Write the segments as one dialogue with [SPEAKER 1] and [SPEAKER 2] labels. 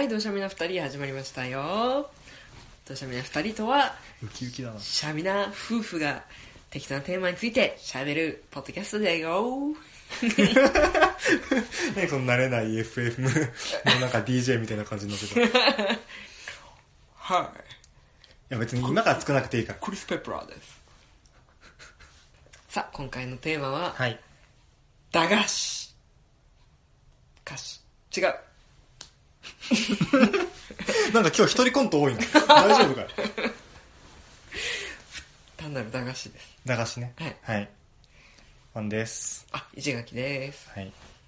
[SPEAKER 1] はいどうしゃみな2人始まりましたよ。どうしゃみな2人とは
[SPEAKER 2] ウキウキだな。
[SPEAKER 1] しゃみな夫婦が適当なテーマについて喋るポッドキャストだよ。
[SPEAKER 2] 何その慣れない FM のなんか DJ みたいな感じになってた。い
[SPEAKER 1] はい
[SPEAKER 2] や別に今から作らなくていいから。
[SPEAKER 1] クリス・ペプラーです。さあ今回のテーマは、
[SPEAKER 2] はい。
[SPEAKER 1] 駄菓子菓子違う
[SPEAKER 2] なんか今日一人コント多いな。大丈夫かい。
[SPEAKER 1] 単なる駄菓子です。
[SPEAKER 2] 駄菓子ね。
[SPEAKER 1] はい
[SPEAKER 2] はい。ファンです。
[SPEAKER 1] あ、市垣です。
[SPEAKER 2] はい。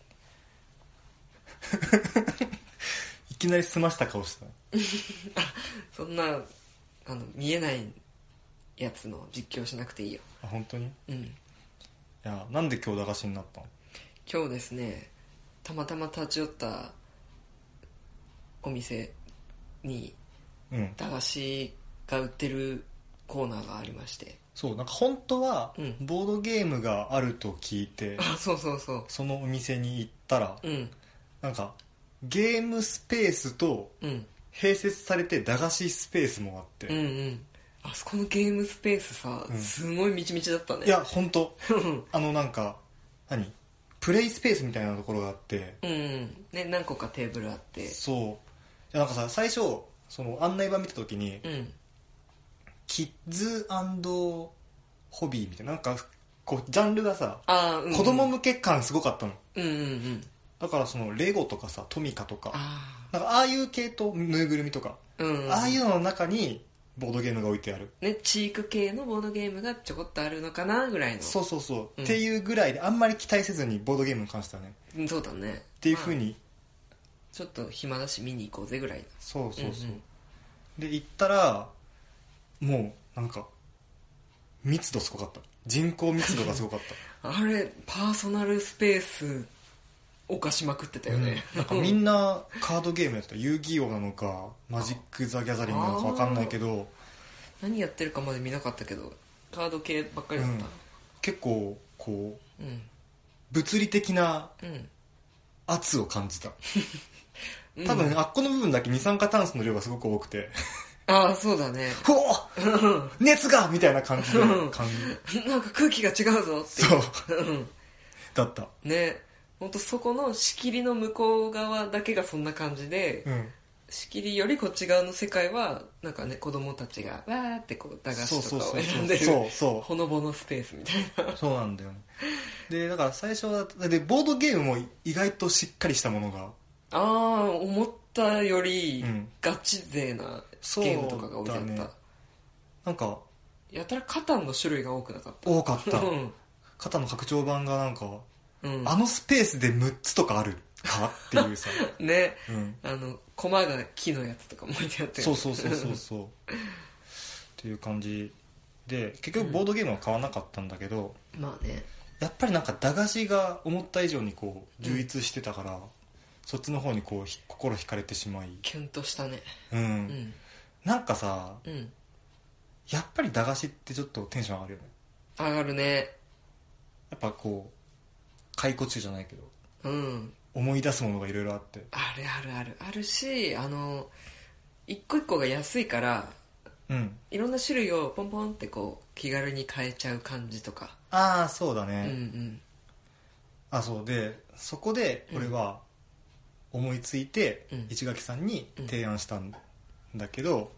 [SPEAKER 2] いきなり済ました顔した。
[SPEAKER 1] そんな見えないやつの実況しなくていいよ。
[SPEAKER 2] あ、本当に？
[SPEAKER 1] うん。
[SPEAKER 2] いや、なんで今日駄菓子になったの？
[SPEAKER 1] 今日ですね、たまたま立ち寄ったお店に
[SPEAKER 2] うん。
[SPEAKER 1] 駄菓子が売ってるコーナーがありまして、
[SPEAKER 2] そう、なんか本当は
[SPEAKER 1] うん
[SPEAKER 2] ボードゲームがあると聞いて、
[SPEAKER 1] あ、そうそうそう、
[SPEAKER 2] そのお店に行ったら、
[SPEAKER 1] うん
[SPEAKER 2] なんかゲームスペースと
[SPEAKER 1] うん
[SPEAKER 2] 併設されて駄菓子スペースもあって、
[SPEAKER 1] うんうん、あそこのゲームスペースさ、
[SPEAKER 2] うん
[SPEAKER 1] すごいみちみちだったね。
[SPEAKER 2] いや本当
[SPEAKER 1] うん
[SPEAKER 2] なんかプレイスペースみたいなところがあって、
[SPEAKER 1] うんね、何個かテーブルあって、
[SPEAKER 2] そういやなんかさ、最初その案内板見た時に、
[SPEAKER 1] うん
[SPEAKER 2] キッズ&ホビーみたいな、なんかこうジャンルがさ、
[SPEAKER 1] あ、うん、
[SPEAKER 2] 子供向け感すごかったの。
[SPEAKER 1] うんうんうん
[SPEAKER 2] だからそのレゴとかさ、トミカとか、
[SPEAKER 1] あ
[SPEAKER 2] なんかああいう系とぬいぐるみとか、
[SPEAKER 1] うん、
[SPEAKER 2] ああいうのの中にボードゲームが置いてある。
[SPEAKER 1] ね、チーク系のボードゲームがちょこっとあるのかなぐらいの。
[SPEAKER 2] そうそうそう、
[SPEAKER 1] うん
[SPEAKER 2] っていうぐらいであんまり期待せずにボードゲームに関してはね
[SPEAKER 1] うんそうだね。
[SPEAKER 2] っていう風に、
[SPEAKER 1] ちょっと暇だし見に行こうぜぐらいの。
[SPEAKER 2] そうそうそう、
[SPEAKER 1] うんうん
[SPEAKER 2] で行ったらもうなんか密度すごかった。人口密度がすごかった
[SPEAKER 1] あれパーソナルスペース犯しまくってたよね、
[SPEAKER 2] なんかみんなカードゲームやってた。遊戯王なのかマジック・ザ・ギャザリングなのか分かんないけど、
[SPEAKER 1] 何やってるかまで見なかったけどカード系ばっかりだった。
[SPEAKER 2] 結構こう
[SPEAKER 1] うん
[SPEAKER 2] 物理的な
[SPEAKER 1] うん
[SPEAKER 2] 圧を感じた。
[SPEAKER 1] うん
[SPEAKER 2] 多分あっこの部分だけ二酸化炭素の量がすごく多くて
[SPEAKER 1] ああそうだね
[SPEAKER 2] ほお熱がみたいな感じで感じ
[SPEAKER 1] なんか空気が違うぞってい
[SPEAKER 2] そう
[SPEAKER 1] うん
[SPEAKER 2] だった。
[SPEAKER 1] ね、ほんとそこの仕切りの向こう側だけがそんな感じで、
[SPEAKER 2] うん
[SPEAKER 1] 仕切りよりこっち側の世界はなんかね、子供たちがわーってこう駄菓子とかを選んでる
[SPEAKER 2] そうそう
[SPEAKER 1] ほのぼのスペースみたいな。
[SPEAKER 2] そうなんだよね。でだから最初はでボードゲームも意外としっかりしたものが、
[SPEAKER 1] ああ思ったより
[SPEAKER 2] うん
[SPEAKER 1] ガチ勢なゲームとかが置いてあった、
[SPEAKER 2] そうだねなんか
[SPEAKER 1] やたらカタンの種類が多くなかった
[SPEAKER 2] 多かった
[SPEAKER 1] うん
[SPEAKER 2] 肩の拡張版がなんか、
[SPEAKER 1] うん
[SPEAKER 2] あのスペースで6つとかあるかっていうさ、
[SPEAKER 1] ね、
[SPEAKER 2] うん、
[SPEAKER 1] コマが木のやつとかも置いてあって
[SPEAKER 2] そうそうそうそうそうっていう感じで結局ボードゲームは買わなかったんだけど、
[SPEAKER 1] まあね
[SPEAKER 2] やっぱりなんか駄菓子が思った以上にこう充実してたから、そっちの方にこう心惹かれてしまい、
[SPEAKER 1] キュンとしたね
[SPEAKER 2] うんなんかさ
[SPEAKER 1] うん
[SPEAKER 2] やっぱり駄菓子ってちょっとテンション上がるよね。
[SPEAKER 1] 上がるね
[SPEAKER 2] やっぱこう解雇中じゃないけど
[SPEAKER 1] うん
[SPEAKER 2] 思い出すものがいろいろあって、
[SPEAKER 1] あるあるあるあるし一個一個が安いから
[SPEAKER 2] うん
[SPEAKER 1] いろんな種類をポンポンってこう気軽に買えちゃう感じとか、
[SPEAKER 2] ああそうだ
[SPEAKER 1] うんう
[SPEAKER 2] ね、
[SPEAKER 1] ん
[SPEAKER 2] あそうでそこで俺は思いついて
[SPEAKER 1] うん
[SPEAKER 2] 市垣さんに提案したんだけど、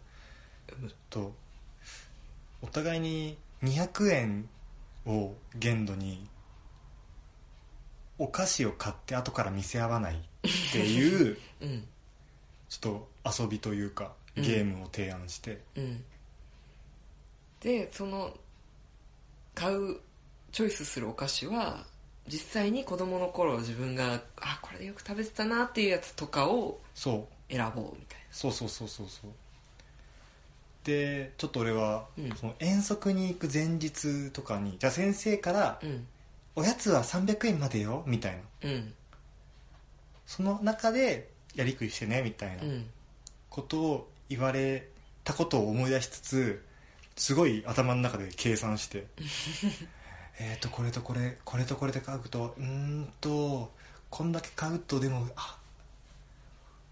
[SPEAKER 2] お互いに200円を限度にお菓子を買って後から見せ合わないっていう
[SPEAKER 1] うん
[SPEAKER 2] ちょっと遊びというかゲームを提案して、
[SPEAKER 1] うんでその買うチョイスするお菓子は実際に子供の頃自分がこれよく食べてたなっていうやつとかを
[SPEAKER 2] そう
[SPEAKER 1] 選ぼうみたい
[SPEAKER 2] そうそうそうそうそうでちょっと俺は、
[SPEAKER 1] うん
[SPEAKER 2] その遠足に行く前日とかにじゃあ先生から、
[SPEAKER 1] な
[SPEAKER 2] おやつは300円までよみたいな、
[SPEAKER 1] うん
[SPEAKER 2] その中でやりくりしてねみたいな
[SPEAKER 1] うん
[SPEAKER 2] ことを言われたことを思い出しつつ、すごい頭の中で計算してこれとこれこれとこれで買うとこんだけ買うとでも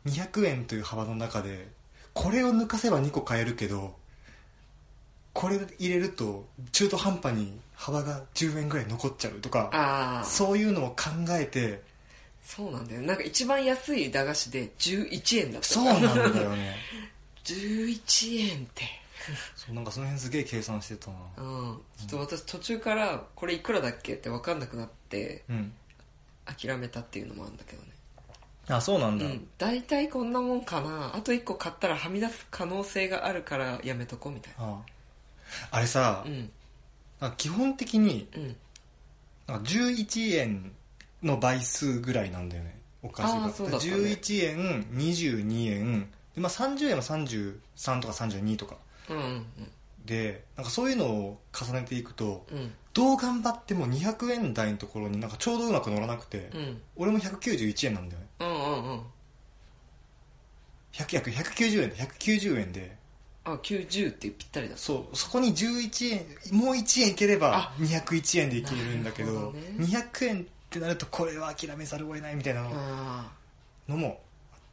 [SPEAKER 2] 200円という幅の中でこれを抜かせば2個買えるけどこれ入れると中途半端に幅が10円ぐらい残っちゃうとか、そういうのを考えて。
[SPEAKER 1] そうなんだよ。なんか一番安い駄菓子で11円だった。
[SPEAKER 2] そうなんだよね
[SPEAKER 1] 11円って
[SPEAKER 2] そう、なんかその辺すげえ計算してたな。
[SPEAKER 1] ちょっと私途中からこれいくらだっけって分かんなくなって、諦めたっていうのもあるんだけどね。
[SPEAKER 2] あ、そうなんだ。
[SPEAKER 1] 大体こんなもんかな、あと1個買ったらはみ出す可能性があるからやめとこうみたいな。
[SPEAKER 2] あれさ、なんか基本的に、なんか11円の倍数ぐらいなんだよね、お菓子が。そうだったね、11円、22円で、まあ、30円は33とか32とか、でなんかそういうのを重ねていくと、どう頑張っても200円台のところになんかちょうどうまく乗らなくて、俺も191円なんだよね。190円で190円で、
[SPEAKER 1] 90ってぴったりだ。
[SPEAKER 2] そう、そこに11円もう1円いければ201円でいけるんだけど、200円ってなるとこれは諦めざるを得ないみたいなのもあった。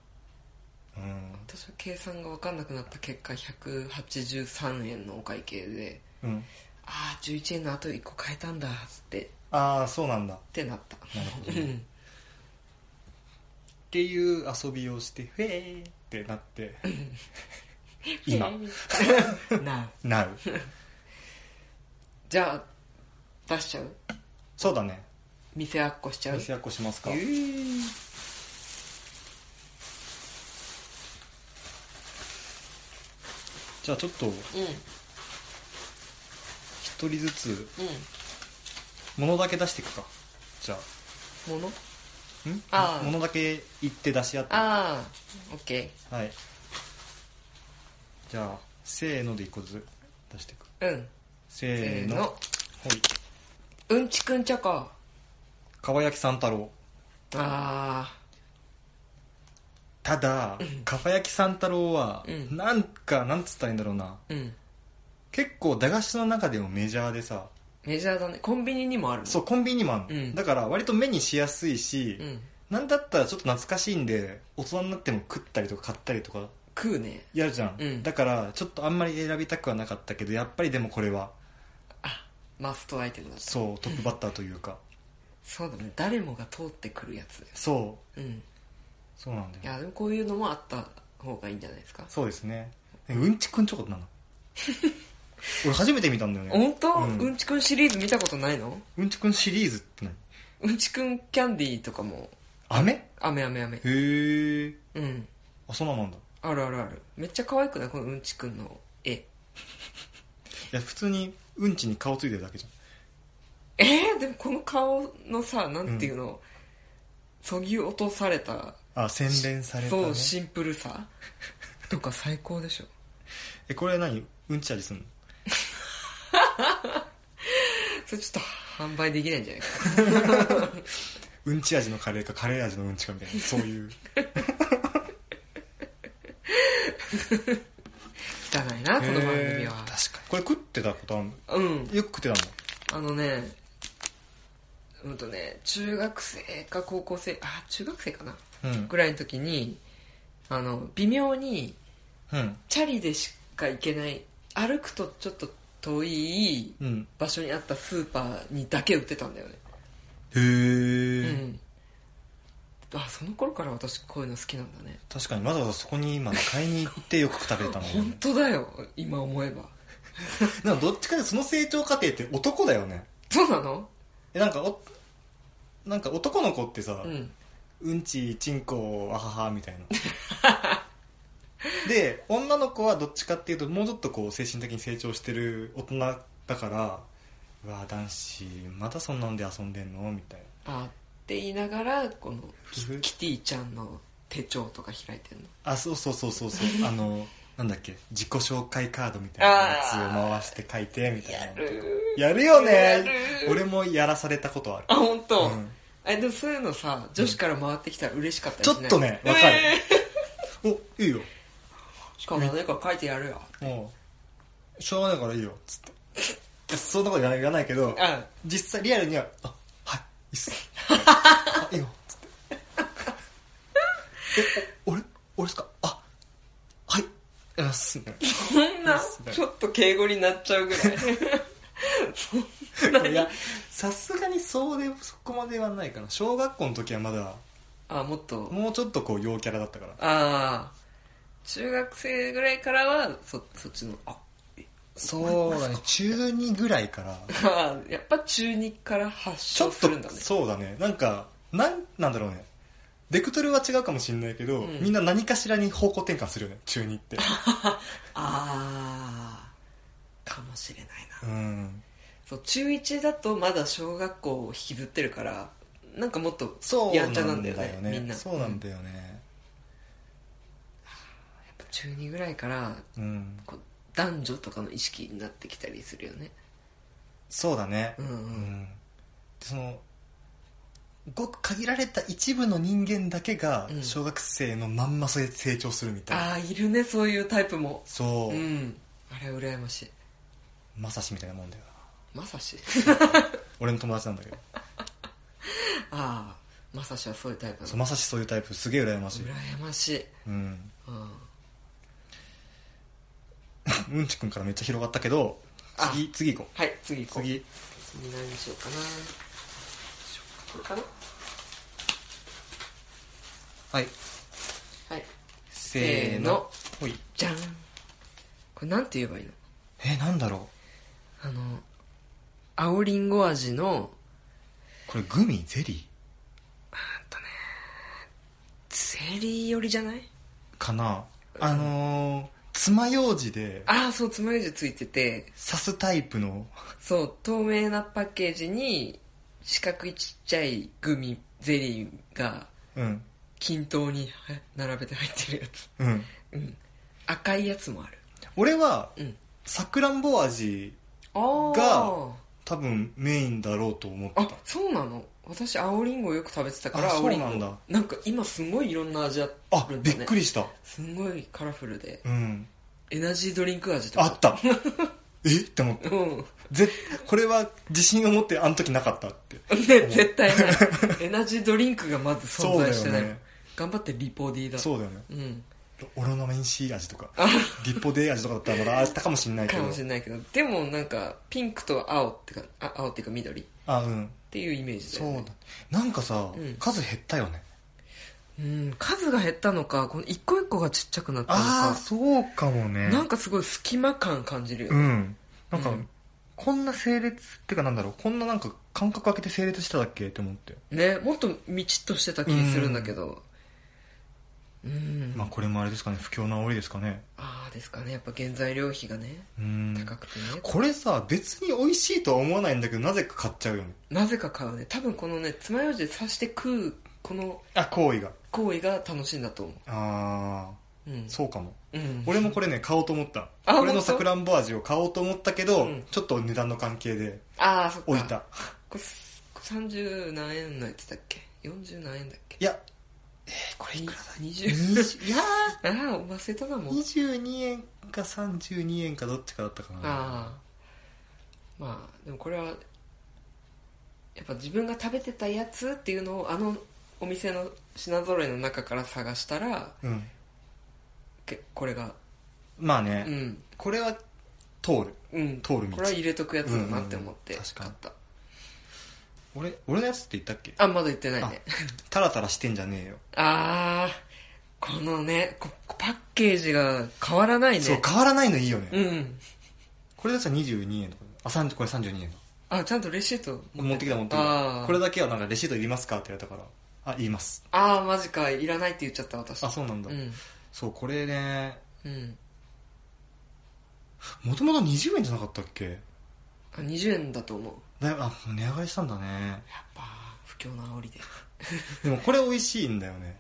[SPEAKER 1] 私は計算が分かんなくなった結果183円のお会計で、11円のあと1個買えたんだって。
[SPEAKER 2] そうなんだ
[SPEAKER 1] ってなった。
[SPEAKER 2] なるほど、っていう遊びをしてフェーってなって今なう
[SPEAKER 1] じゃあ出しちゃう？
[SPEAKER 2] そうだね、
[SPEAKER 1] 店あっこしちゃう？
[SPEAKER 2] 店あっこしますか。じゃあちょっと一人ずつ物だけ出していくか。じゃあ物だけ言って出し合って。
[SPEAKER 1] オッケ
[SPEAKER 2] ー。はい、じゃあせーので一個ずつ出していく。せーの。はい。
[SPEAKER 1] うんちくんチョコ。
[SPEAKER 2] かば焼き三太郎。ただかば焼き三太郎はなんかなんつったらいいんだろうな、結構駄菓子の中でもメジャーでさ。
[SPEAKER 1] メジャーだね。コンビニにもあるの。
[SPEAKER 2] そう、コンビニにもある、だから割と目にしやすいし、なんだったらちょっと懐かしいんで大人になっても食ったりとか買ったりとか
[SPEAKER 1] 食うね、
[SPEAKER 2] やるじゃん、だからちょっとあんまり選びたくはなかったけど、やっぱりでもこれは
[SPEAKER 1] マストアイテムだった。
[SPEAKER 2] そう、トップバッターというか
[SPEAKER 1] そうだね、誰もが通ってくるやつ。
[SPEAKER 2] そう、そうなんだよ。
[SPEAKER 1] いやでもこういうのもあった方がいいんじゃないですか。
[SPEAKER 2] そうですね。うんちくんチョコって何なの俺初めて見たんだよね。
[SPEAKER 1] 本当？うんちくんシリーズ見たことないの？
[SPEAKER 2] うんちくんシリーズって何？
[SPEAKER 1] うんちくんキャンディーとかも。
[SPEAKER 2] 飴
[SPEAKER 1] へ
[SPEAKER 2] え。そんななんだ。
[SPEAKER 1] あるあるある。めっちゃ可愛くないこのうんちくんの絵。い
[SPEAKER 2] や普通にうんちに顔ついてるだけじ
[SPEAKER 1] ゃん。でもこの顔のさ、なんていうの、そぎ落とされた、
[SPEAKER 2] 洗練された、ね、
[SPEAKER 1] そう、シンプルさとか最高でしょ。
[SPEAKER 2] これ何？うんち味すんの？
[SPEAKER 1] それちょっと販売できないんじゃないかな。
[SPEAKER 2] うんち味のカレーかカレー味のうんちかみたいな、そういう
[SPEAKER 1] 汚いなこの番組は。
[SPEAKER 2] 確かにこれ食ってたことあるの？よく食ってたの？
[SPEAKER 1] 中学生か高校生、中学生かな、ぐらいの時に微妙にチャリでしか行けない、歩くとちょっと遠い場所にあったスーパーにだけ売ってたんだよね。その頃から私こういうの好きなんだね。
[SPEAKER 2] 確かにわざわざそこに今買いに行ってよく食べれたんだよね。
[SPEAKER 1] 本当だよ、今思えば。
[SPEAKER 2] なんかどっちかでその成長過程って男だよね。
[SPEAKER 1] そうなの？
[SPEAKER 2] なんか男の子ってさ、うんちちんこあははみたいなで女の子はどっちかっていうともうちょっとこう精神的に成長してる大人だから、うわ男子まだそんなんで遊んでんのみたいな
[SPEAKER 1] って言いながらこのキティちゃんの手帳とか開いてんの。
[SPEAKER 2] そうなんだっけ、自己紹介カードみたいなやつを回して書いてみたいな。やるよね。俺もやらされたことある。
[SPEAKER 1] 本当？でもそういうのさ、女子から回ってきたら嬉しかったりしない？
[SPEAKER 2] ちょっとね、わかる。お、いいよ。
[SPEAKER 1] しかも誰か書いてやるよ。
[SPEAKER 2] しょうがないからいいよつってそんなこと言わないけど、実際リアルにははいいいっすいいよつってすね。
[SPEAKER 1] そんなちょっと敬語になっちゃうぐらいそんなに。
[SPEAKER 2] いやさすがにそこまではないかな。小学校の時はまだ
[SPEAKER 1] もっと
[SPEAKER 2] もうちょっとこう陽キャラだったから。
[SPEAKER 1] 中学生ぐらいからはそっちの
[SPEAKER 2] そうだね、中2ぐらいから
[SPEAKER 1] やっぱ中2から発症するんだね。
[SPEAKER 2] そうだね。なんだろうね、ベクトルは違うかもしれないけど、みんな何かしらに方向転換するよね、中2って
[SPEAKER 1] かもしれないな。そう、中1だとまだ小学校を引きずってるから、なんかもっとやんちゃなんだよね、みんな。
[SPEAKER 2] そうなんだよね。
[SPEAKER 1] やっぱ中2ぐらいから、こう男女とかの意識になってきたりするよね。
[SPEAKER 2] そうだね。そのごく限られた一部の人間だけが小学生のまんま成長するみたいな。
[SPEAKER 1] いるね、そういうタイプも。
[SPEAKER 2] そう、
[SPEAKER 1] あれ羨ましい。
[SPEAKER 2] まさしみたいなもんだよ
[SPEAKER 1] な。まさし
[SPEAKER 2] 俺の友達なんだけど
[SPEAKER 1] まさしはそういうタイプ。
[SPEAKER 2] まさしそういうタイプ、すげえ羨ましい。
[SPEAKER 1] 羨ましい。
[SPEAKER 2] うんちくんからめっちゃ広がったけど、次行こう。
[SPEAKER 1] はい、次行こう。
[SPEAKER 2] 次
[SPEAKER 1] 何にしようかな。これかな。
[SPEAKER 2] はい
[SPEAKER 1] せーの。
[SPEAKER 2] ほい。
[SPEAKER 1] じゃん。これなんて言えばいいの？
[SPEAKER 2] なんだろ
[SPEAKER 1] う。青りんご味の、
[SPEAKER 2] これグミゼリー
[SPEAKER 1] ゼリー寄りじゃない
[SPEAKER 2] かな。爪楊枝で
[SPEAKER 1] そう、爪楊枝ついてて
[SPEAKER 2] 刺すタイプの、
[SPEAKER 1] そう、透明なパッケージに四角いちっちゃいグミゼリーが均等に並べて入ってるやつ。赤いやつもある。
[SPEAKER 2] 俺はさくらんぼ味が多分メインだろうと思ってた。
[SPEAKER 1] そうなの？私青りんごよく食べてたから。青りんご
[SPEAKER 2] そうなんだ。
[SPEAKER 1] なんか今すごいいろんな味あるんだね。
[SPEAKER 2] びっくりした。
[SPEAKER 1] すごいカラフルで、エナジードリンク味とか
[SPEAKER 2] あったって思って、これは自信を持ってあの時なかったって
[SPEAKER 1] 絶対ないエナジードリンクがまず存在してない。そうだよね。頑張ってリポディだ。
[SPEAKER 2] そうだよね。オロナメンシー味とかリポデー味とかだったらまだあったかもしれないけど
[SPEAKER 1] でもなんかピンクと青っていうか緑っていうイメージだよね。
[SPEAKER 2] そうだ。なんかさ、数減ったよね。
[SPEAKER 1] 数が減ったのか、この一個一個がちっちゃくなったのか。
[SPEAKER 2] そうかもね。
[SPEAKER 1] なんかすごい隙間感感じるよね。
[SPEAKER 2] なんか、こんな整列ってかなんだろう、こんななんか間隔空けて整列してたっけって思って
[SPEAKER 1] ね。もっとみちっとしてた気するんだけど、
[SPEAKER 2] まあこれもあれですかね、不況の煽りですかね。
[SPEAKER 1] ですかね。やっぱ原材料費がね、高くてね。
[SPEAKER 2] これさ、別に美味しいとは思わないんだけど、なぜか買っちゃうよね。
[SPEAKER 1] なぜか買うね。多分このね、爪楊枝で刺して食うこの
[SPEAKER 2] 行為
[SPEAKER 1] が楽しいんだと思う。
[SPEAKER 2] そうかも。俺もこれね買おうと思った。これのさくらんぼ味を買おうと思ったけど、ちょっと値段の関係で置いた。
[SPEAKER 1] これ30何円のやつだっけ、40何円だっけ。
[SPEAKER 2] いや、これいくらだ。
[SPEAKER 1] 20いや忘れたな。もう
[SPEAKER 2] 22円か32円かどっちかだったかな。
[SPEAKER 1] まあでもこれはやっぱ自分が食べてたやつっていうのをお店の品揃えの中から探したら、これが
[SPEAKER 2] まあね、これは通る道。
[SPEAKER 1] これは入れとくやつだなって思って買った。
[SPEAKER 2] 俺のやつって言ったっけ。
[SPEAKER 1] まだ言ってないね。
[SPEAKER 2] タラタラしてんじゃねえよ。
[SPEAKER 1] このね、パッケージが変わらないね。
[SPEAKER 2] そう、変わらないのいいよね。これだったら22円とか、これ32円
[SPEAKER 1] ちゃんとレシート
[SPEAKER 2] 持ってきた。これだけはなんかレシートいりますかって言われたから、いります。
[SPEAKER 1] マジか、いらないって言っちゃった私。
[SPEAKER 2] そうなんだ。そう、これね、もともと20円じゃなかったっけ。
[SPEAKER 1] 20円だと思う。
[SPEAKER 2] 値上がりしたんだね。
[SPEAKER 1] やっぱ不況の煽りで
[SPEAKER 2] でもこれ美味しいんだよね。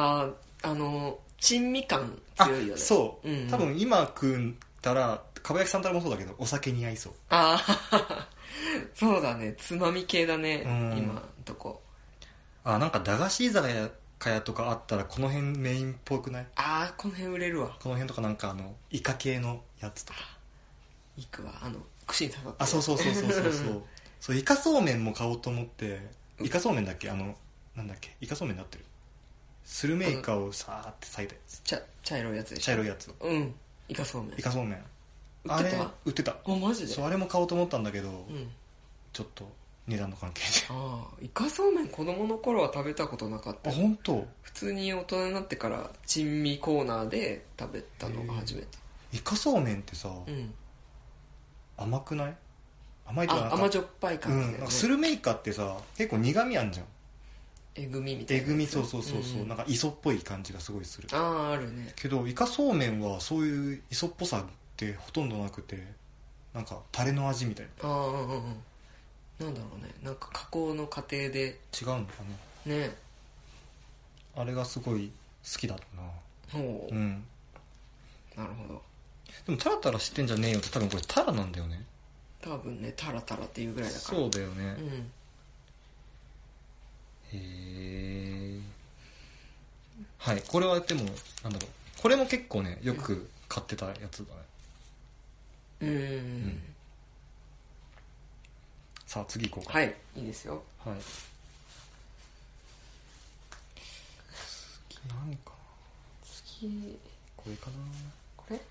[SPEAKER 1] 珍味感強いよね。
[SPEAKER 2] そう、多分今食ったらかば焼きさんたらもそうだけどお酒に合いそう。
[SPEAKER 1] そうだね、つまみ系だね、今のとこ。
[SPEAKER 2] なんか駄菓子居酒屋とかあったらこの辺メインっぽくない？
[SPEAKER 1] この辺売れるわ。
[SPEAKER 2] この辺とかなんかイカ系のやつとか。
[SPEAKER 1] イクは串に刺さってる。
[SPEAKER 2] そうイカそうめんも買おうと思って。イカそうめんだっけ、なんだっけ、イカそうめんになってるスルメイカをさーって裂いたやつ、
[SPEAKER 1] 茶色いやつでしょ。
[SPEAKER 2] 茶色いやつ
[SPEAKER 1] イカそうめん。
[SPEAKER 2] イカそうめん。
[SPEAKER 1] 売ってた？
[SPEAKER 2] あれ売ってた。
[SPEAKER 1] あ、マジで？
[SPEAKER 2] そう、あれも買おうと思ったんだけど、
[SPEAKER 1] うん。
[SPEAKER 2] ちょっと値段の関係で。
[SPEAKER 1] ああ、イカそうめん子供の頃は食べたことなかった。
[SPEAKER 2] あ、本当？
[SPEAKER 1] 普通に大人になってから珍味コーナーで食べたのが初めて。
[SPEAKER 2] イカそうめんってさ、
[SPEAKER 1] うん。
[SPEAKER 2] 甘くない？甘いとかなんか
[SPEAKER 1] 甘じょっぱい感じだよね。
[SPEAKER 2] なんかスルメイカってさ、結構苦味あんじゃん。
[SPEAKER 1] えぐみみたいな。
[SPEAKER 2] えぐみ、そうそうそうそう、
[SPEAKER 1] うん、
[SPEAKER 2] なんか磯っぽい感じがすごいする。
[SPEAKER 1] ああ、あるね。
[SPEAKER 2] けどイカそうめんはそういう磯っぽさってほとんどなくて、なんかタレの味みたいな。
[SPEAKER 1] ああ、うんうんうん。なんだろうね、なんか加工の過程で
[SPEAKER 2] 違うのか
[SPEAKER 1] ね。ね。
[SPEAKER 2] な。あれがすごい好きだったな。
[SPEAKER 1] ほう、
[SPEAKER 2] うん。
[SPEAKER 1] なるほど。
[SPEAKER 2] でもタラタラしてんじゃねえよって、多分これタラなんだよね。
[SPEAKER 1] 多分ね、タラタラっていうぐらいだから。
[SPEAKER 2] そうだよね。
[SPEAKER 1] うん。
[SPEAKER 2] へえ。はい、これはでもなんだろう、これも結構ねよく買ってたやつだね。うん。さあ次行こうか。
[SPEAKER 1] はい、いいですよ。
[SPEAKER 2] はい。次何かな。
[SPEAKER 1] 次
[SPEAKER 2] これかな。
[SPEAKER 1] これ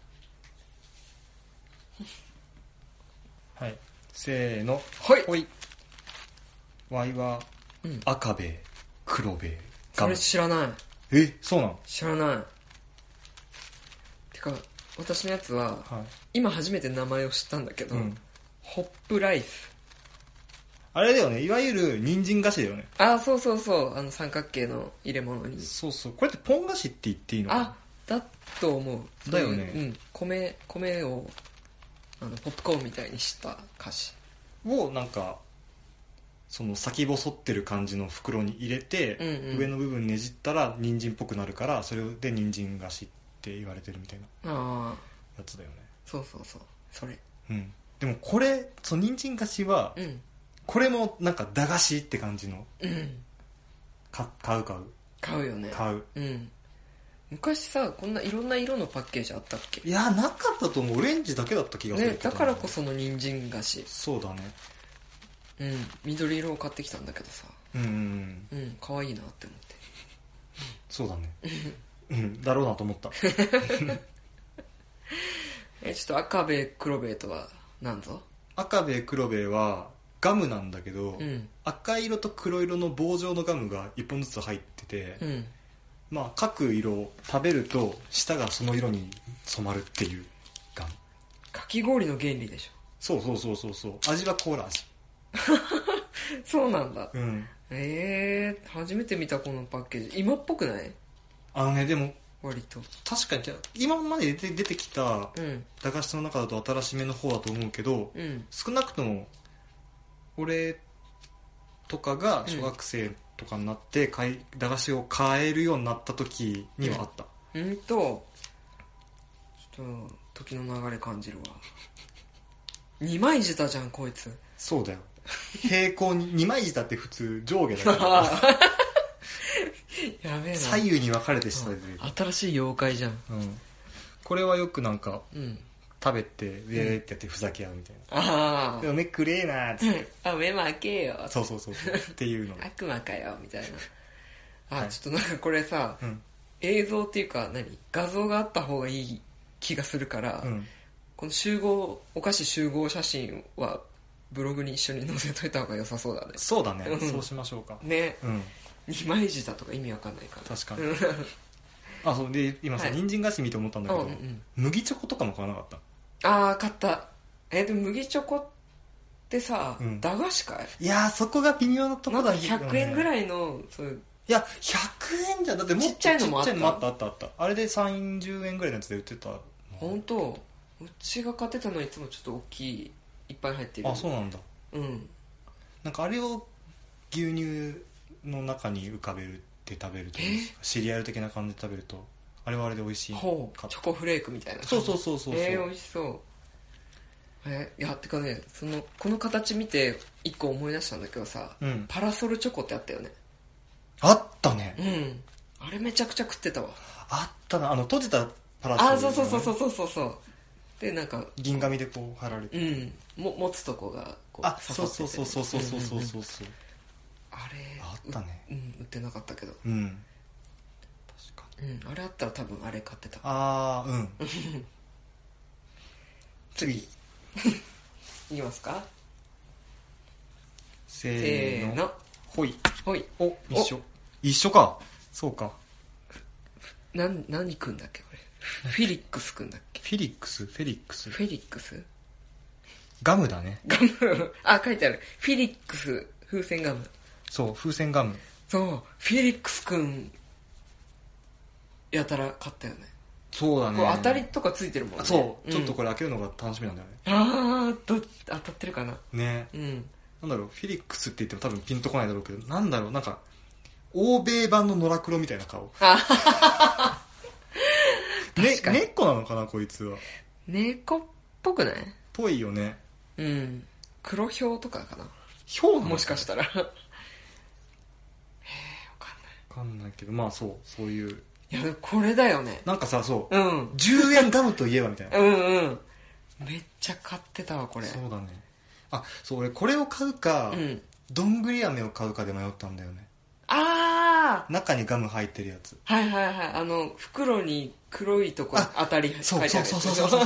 [SPEAKER 2] はい、せーの。
[SPEAKER 1] はい
[SPEAKER 2] ほい。わいは赤べ黒べ
[SPEAKER 1] それ知らない。
[SPEAKER 2] え、そうなの？
[SPEAKER 1] 知らない。てか私のやつは、
[SPEAKER 2] はい、
[SPEAKER 1] 今初めて名前を知ったんだけど、
[SPEAKER 2] うん、
[SPEAKER 1] ホップライス。
[SPEAKER 2] あれだよね、いわゆる人参菓子だよね。
[SPEAKER 1] あ、そうそうそう、三角形の入れ物に。
[SPEAKER 2] そうそう、これってポン菓子って言っていいのかな。
[SPEAKER 1] あ、だと思う。
[SPEAKER 2] だよね。
[SPEAKER 1] うん、米をポップコーンみたいにした菓子
[SPEAKER 2] をなんかその先細ってる感じの袋に入れて、
[SPEAKER 1] うんうん、
[SPEAKER 2] 上の部分ねじったら人参っぽくなるから、それで人参菓子って言われてるみたいなやつだよね。
[SPEAKER 1] そうそうそう、それ。
[SPEAKER 2] うん。でもこれ、その人参菓子は、
[SPEAKER 1] うん、
[SPEAKER 2] これもなんか駄菓子って感じの、
[SPEAKER 1] うん、買うよね。
[SPEAKER 2] 買う。
[SPEAKER 1] うん。昔さ、こんないろんな色のパッケージあったっけ？
[SPEAKER 2] いや、なかったと思う。オレンジだけだった気がするけど、
[SPEAKER 1] ね、だからこその人参菓子。
[SPEAKER 2] そうだね。
[SPEAKER 1] うん、緑色を買ってきたんだけどさ、
[SPEAKER 2] うんうん
[SPEAKER 1] うん、可愛いなって思って。
[SPEAKER 2] そうだね。うんだろうなと思った。
[SPEAKER 1] ちょっと赤べ黒べとは何ぞ？
[SPEAKER 2] 赤べ黒べはガムなんだけど、
[SPEAKER 1] うん、
[SPEAKER 2] 赤色と黒色の棒状のガムが1本ずつ入ってて、
[SPEAKER 1] うん、
[SPEAKER 2] まあ各色を食べると舌がその色に染まるっていうガム。
[SPEAKER 1] かき氷の原理でしょ？
[SPEAKER 2] そうそうそうそうそう。味はコーラ味。
[SPEAKER 1] そうなんだ。
[SPEAKER 2] うん。
[SPEAKER 1] 初めて見たこのパッケージ。今っぽくない？
[SPEAKER 2] あのね、でも
[SPEAKER 1] 割と
[SPEAKER 2] 確かに今まで出てきた駄菓子の中だと新しめの方だと思うけど、
[SPEAKER 1] うん、
[SPEAKER 2] 少なくとも俺とかが小学生とかになって駄菓子を買えるようになった時にはあった。
[SPEAKER 1] ちょっと時の流れ感じるわ。二枚舌じゃんこいつ。
[SPEAKER 2] そうだよ。平行に二枚舌って普通上下だから
[SPEAKER 1] やべえな、
[SPEAKER 2] 左右に分かれて舌で出る、
[SPEAKER 1] 新しい妖怪じゃん。
[SPEAKER 2] これはよくなんか、
[SPEAKER 1] うん
[SPEAKER 2] 食べてウェーってやってふざけ合うみたいな、
[SPEAKER 1] あ
[SPEAKER 2] でも目くれえなーっつって
[SPEAKER 1] あ目負けよ。
[SPEAKER 2] そうそうそうそうっていうの
[SPEAKER 1] 悪魔かよみたいな。
[SPEAKER 2] はい、
[SPEAKER 1] ちょっとなんかこれさ、映像っていうか画像があった方がいい気がするから、このお菓子集合写真はブログに一緒に載せといた方が良さそうだね。
[SPEAKER 2] そうだね、そうしましょうか
[SPEAKER 1] ね、二枚舌とか意味わかんないから
[SPEAKER 2] 確かにあ、そうで今さ、人参菓子見て思ったんだけど、麦チョコとかも買わなかった？
[SPEAKER 1] 買った。でも麦チョコってさ、駄菓子かい？
[SPEAKER 2] いやー、そこが微妙なとこだ。
[SPEAKER 1] 100円ぐらいのそういう、
[SPEAKER 2] いや100円じゃだってもっと
[SPEAKER 1] ちっちゃいのもあった。
[SPEAKER 2] あったあれで30円ぐらいのやつで売ってた。
[SPEAKER 1] 本当？うちが買ってたのはいつもちょっと大きい、いっぱい入ってる。
[SPEAKER 2] あ、そうなんだ。なんかあれを牛乳の中に浮かべるって食べると、シリアル的な感じで食べるとあれはあれで美味しい。
[SPEAKER 1] チョコフレークみたいな。
[SPEAKER 2] そう
[SPEAKER 1] 美味しそう。いやてかね、この形見て一個思い出したんだけどさ、パラソルチョコってあったよね。
[SPEAKER 2] あったね。
[SPEAKER 1] あれめちゃくちゃ食ってたわ。
[SPEAKER 2] あったな、閉じたパラソル、
[SPEAKER 1] あ、そうでなんか
[SPEAKER 2] 銀紙でこう貼られて、
[SPEAKER 1] 持つとこがこう
[SPEAKER 2] 刺さってて、そうあれあったね。
[SPEAKER 1] 売ってなかったけど、
[SPEAKER 2] 確かに、
[SPEAKER 1] あれあったら多分あれ買ってた。
[SPEAKER 2] 次
[SPEAKER 1] いきますか。
[SPEAKER 2] せーの。ほい。
[SPEAKER 1] ほい。
[SPEAKER 2] お、一緒か。そうか。
[SPEAKER 1] 何くんだっけこれ。フィリックスくんだっけ。
[SPEAKER 2] フェリックスガムだね。
[SPEAKER 1] ガム。あ、書いてある。フィリックス風船ガム。
[SPEAKER 2] そう、風船ガム。
[SPEAKER 1] そう、フィリックスくんやたら買ったよね。
[SPEAKER 2] そうだね。
[SPEAKER 1] こう当たりとかついてるもんね。
[SPEAKER 2] そう、ちょっとこれ開けるのが楽しみなんだよね。
[SPEAKER 1] 当たってるかな。
[SPEAKER 2] ね。
[SPEAKER 1] うん。
[SPEAKER 2] なんだろう、フィリックスって言っても多分ピンとこないだろうけど、なんだろう、なんか、欧米版のノラクロみたいな顔。
[SPEAKER 1] 確かに。
[SPEAKER 2] 猫なのかな、こいつは。
[SPEAKER 1] 猫っぽくない？
[SPEAKER 2] ぽいよね。
[SPEAKER 1] うん。黒ヒョウとかかな。
[SPEAKER 2] ヒョウなの？
[SPEAKER 1] もしかしたら。わ
[SPEAKER 2] かんないけど、まあそういう。
[SPEAKER 1] いや、でもこれだよね。
[SPEAKER 2] なんかさ、そう。
[SPEAKER 1] うん。
[SPEAKER 2] 10円ガムといえばみたいな。
[SPEAKER 1] うんうん。めっちゃ買ってたわ、これ。
[SPEAKER 2] そうだね。あ、そう、俺これを買うか、
[SPEAKER 1] うん。
[SPEAKER 2] どんぐり飴を買うかで迷ったんだよね。
[SPEAKER 1] あー！
[SPEAKER 2] 中にガム入ってるやつ。
[SPEAKER 1] はいはいはい。袋に黒いとこ当たり書いてある。
[SPEAKER 2] そう。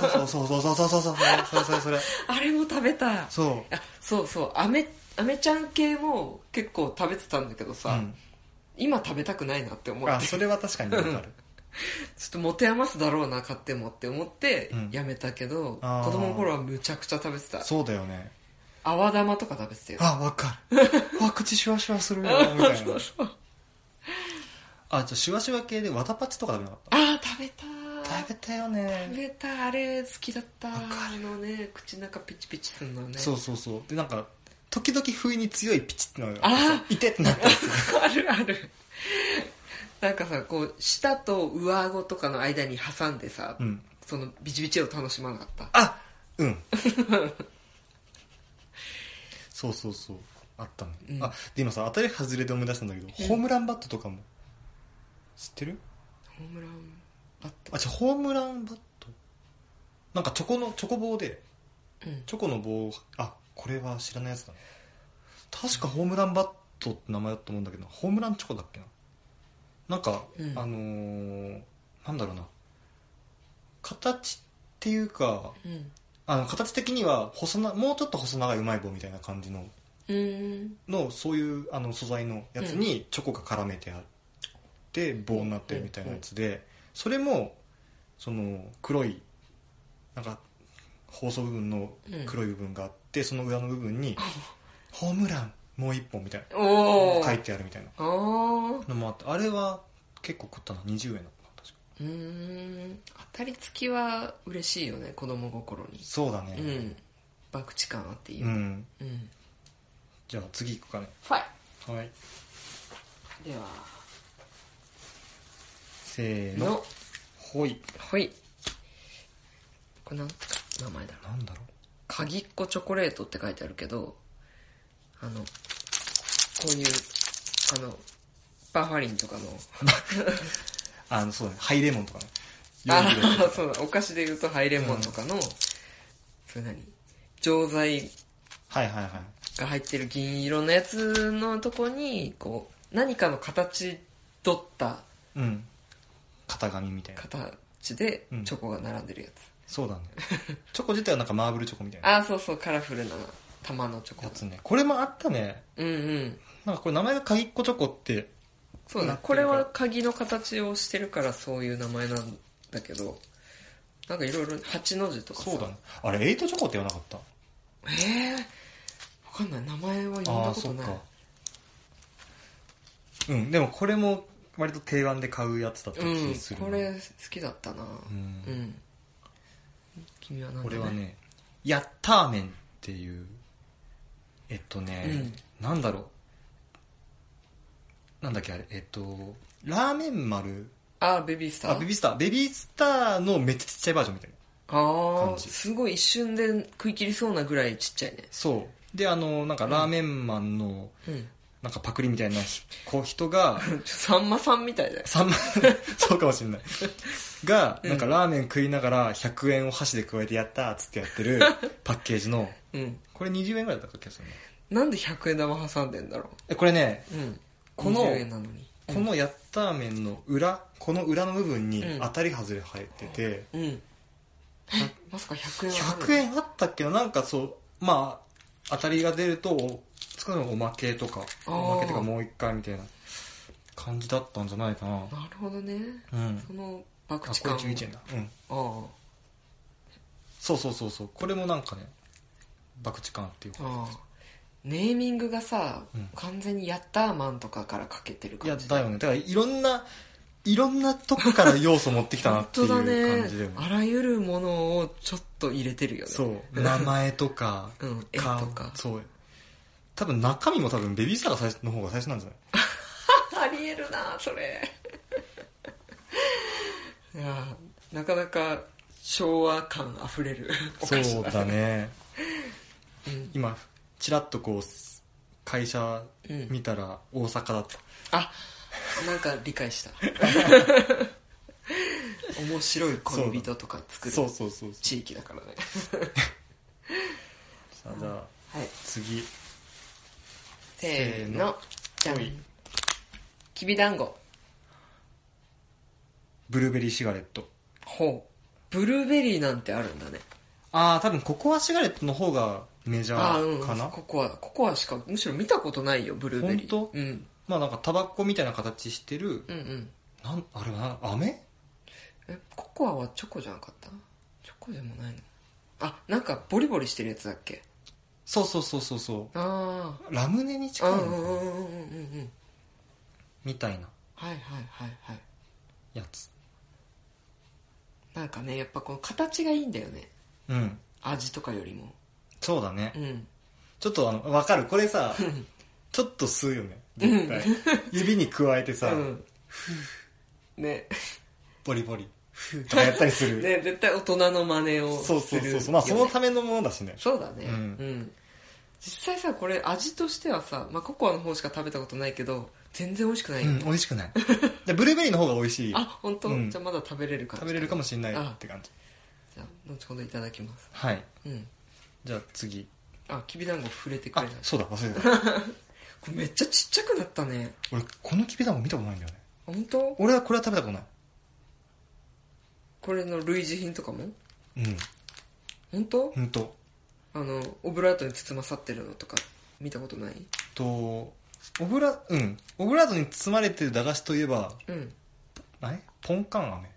[SPEAKER 2] それ。
[SPEAKER 1] あれも食べた。
[SPEAKER 2] そう。
[SPEAKER 1] そう。アメちゃん系も結構食べてたんだけどさ、うん、今食べたくないなって思って。
[SPEAKER 2] あ、それは確かにわかる。
[SPEAKER 1] ちょっと持て余すだろうな、買ってもって思ってやめたけど、子供の頃はむちゃくちゃ食べてた。
[SPEAKER 2] そうだよね。
[SPEAKER 1] 泡玉とか食べてたよ。
[SPEAKER 2] あ、わかる。口シュワシュワするよ、みたいな。そう。あ、シュワシュワ系でわたパチとか食べなかった？
[SPEAKER 1] あ、食べたよね。食べた、あれ好きだった。ね、口の中ピチピチするのね。そう。
[SPEAKER 2] で、なんか、時々不意に強いピチってのがあって、いてってなったや
[SPEAKER 1] つ。ある。なんかさ、こう、舌と上顎とかの間に挟んでさ、そのビチビチを楽しまなかった？
[SPEAKER 2] あ、うん。そう。あったね。あ、で今さ、当たり外れで思い出したんだけど、ホームランバットとかも、知ってる？
[SPEAKER 1] ホームランバット？
[SPEAKER 2] ホームランバット？なんかチョコ棒で、チョコの棒、これは知らないやつだね。確かホームランバットって名前だと思うんだけど、ホームランチョコだっけな。なんか、なんだろうな。形っていうか、形的にはもうちょっと細長いうまい棒みたいな感じの、そういう素材のやつにチョコが絡めてあって棒になってるみたいなやつで、それもその黒いなんか包装部分の黒い部分があって、その裏の部分にホームランもう一本みたいな書いてあるみたいなのもあって、あれは結構食ったな。20円だった。確か
[SPEAKER 1] 当たり付きは嬉しいよね、子供心に。
[SPEAKER 2] そうだね。
[SPEAKER 1] 博打感あっていいよ。
[SPEAKER 2] じゃあ次行くかね。
[SPEAKER 1] はい。では
[SPEAKER 2] せーの。ほい。
[SPEAKER 1] これなんて名前だろう。
[SPEAKER 2] なんだろう。
[SPEAKER 1] 鍵っ子チョコレートって書いてあるけど、こういうバファリンとかの
[SPEAKER 2] そうだね、ハイレモンとかね。
[SPEAKER 1] そうだ、お菓子で言うとハイレモンとかの、それ錠剤が入ってる銀色のやつのとこにこう何かの形取った
[SPEAKER 2] 型紙みたいな
[SPEAKER 1] 形でチョコが並んでるやつ。
[SPEAKER 2] そうだね。チョコ自体はなんかマーブルチョコみたいな。
[SPEAKER 1] そう、カラフルな玉のチョコ
[SPEAKER 2] やつね。これもあったね。なんかこれ名前が鍵っ子チョコって。
[SPEAKER 1] そうだ、これは鍵の形をしてるからそういう名前なんだけど、なんかいろいろ8の字とかさ。
[SPEAKER 2] そうだね。あれ8チョコって言わなかった？
[SPEAKER 1] わかんない。名前は読んだことない。
[SPEAKER 2] でもこれも割と定番で買うやつだった気する。
[SPEAKER 1] これ好きだったな。君は何だね。
[SPEAKER 2] 俺はね、ヤッターメンっていう、なんだろう。なんだっけあれ、ラーメン丸。
[SPEAKER 1] ベビースター。
[SPEAKER 2] ベビースターのめっちゃちっちゃいバージョンみたいな感じ。
[SPEAKER 1] すごい一瞬で食い切りそうなぐらいちっちゃいね。
[SPEAKER 2] そう。で、なんかラーメンマンの、なんかパクリみたいな人が、
[SPEAKER 1] さんまさんみたいだよ。
[SPEAKER 2] そうかもしれない。が、なんかラーメン食いながら100円を箸で加えてやったーっつってやってるパッケージの、これ20円ぐらいだったっけ？
[SPEAKER 1] なんで100円玉挟んでんだろう。
[SPEAKER 2] これね、
[SPEAKER 1] この20円なのに。
[SPEAKER 2] このヤッター麺の裏、この裏の部分に当たり外れ入ってて、
[SPEAKER 1] まさか100円
[SPEAKER 2] 100円あったっけな。なんかそうまあ当たりが出ると使うのおまけとかおまけとかもう一回みたいな感じだったんじゃないかな。
[SPEAKER 1] なるほどね、
[SPEAKER 2] うん、
[SPEAKER 1] その博打感
[SPEAKER 2] これ11円だ。うん、
[SPEAKER 1] ああ
[SPEAKER 2] そうこれもなんかね博打感っていうか、
[SPEAKER 1] ネーミングがさ、完全にヤッターマンとかからかけてる感じ。
[SPEAKER 2] いやだよね。だからいろんなとこから要素持ってきたなっていう感じだよね。
[SPEAKER 1] ね、あらゆるものをちょっと入れてるよね。
[SPEAKER 2] そう名前とか、
[SPEAKER 1] 絵とか。
[SPEAKER 2] そう多分中身も多分ベビースターの方が最初なんじゃ
[SPEAKER 1] ないありえるなそれいやなかなか昭和感あふれるお菓子
[SPEAKER 2] そうだね、今ちらっとこう会社見たら大阪だった、
[SPEAKER 1] あなんか理解した面白い恋人とか作る地域だからね
[SPEAKER 2] さあじゃあ、はい、次
[SPEAKER 1] せーのじゃんきびだんご
[SPEAKER 2] ブルーベリーシガレット。
[SPEAKER 1] ほうブルーベリーなんてあるんだね。
[SPEAKER 2] ああ多分ココアシガレットの方がメジャーかな。
[SPEAKER 1] ココアしかむしろ見たことないよブルーベリー。
[SPEAKER 2] 本当？まあなんかタバコみたいな形してる、あれは飴？
[SPEAKER 1] ココアはチョコじゃなかった？チョコでもないの？あなんかボリボリしてるやつだっけ？
[SPEAKER 2] そう
[SPEAKER 1] ああ
[SPEAKER 2] ラムネに近いのかなみたいな
[SPEAKER 1] はい
[SPEAKER 2] やつ。
[SPEAKER 1] なんかねやっぱこの形がいいんだよね。味とかよりも。
[SPEAKER 2] そうだね。ちょっと分かるこれさちょっと吸うよね絶対指に加えてさ、
[SPEAKER 1] ね
[SPEAKER 2] ボリボリフーとかやったりする
[SPEAKER 1] ね絶対大人の真似をする
[SPEAKER 2] そうまあそのためのものだしね。
[SPEAKER 1] そうだね実際さこれ味としてはさ、まあ、ココアの方しか食べたことないけど全然美味しくないよね。
[SPEAKER 2] 美味しくないでブルーベリーの方が美味しい。
[SPEAKER 1] あ本当、じゃあまだ食べれるか
[SPEAKER 2] もしれないって感じ。
[SPEAKER 1] じゃあ後ほどいただきます。
[SPEAKER 2] はい、じゃあ次
[SPEAKER 1] きびだんご触れてくれた。
[SPEAKER 2] そうだ忘れた
[SPEAKER 1] これめっちゃちっちゃくなったね。
[SPEAKER 2] 俺このきびだんご見たことないんだよね。
[SPEAKER 1] 本当？
[SPEAKER 2] 俺はこれは食べたことない。
[SPEAKER 1] これの類似品とかも？本当？オブラートに包まさってるのとか見たことない？
[SPEAKER 2] オブラートに包まれてる駄菓子といえば、ポンカン飴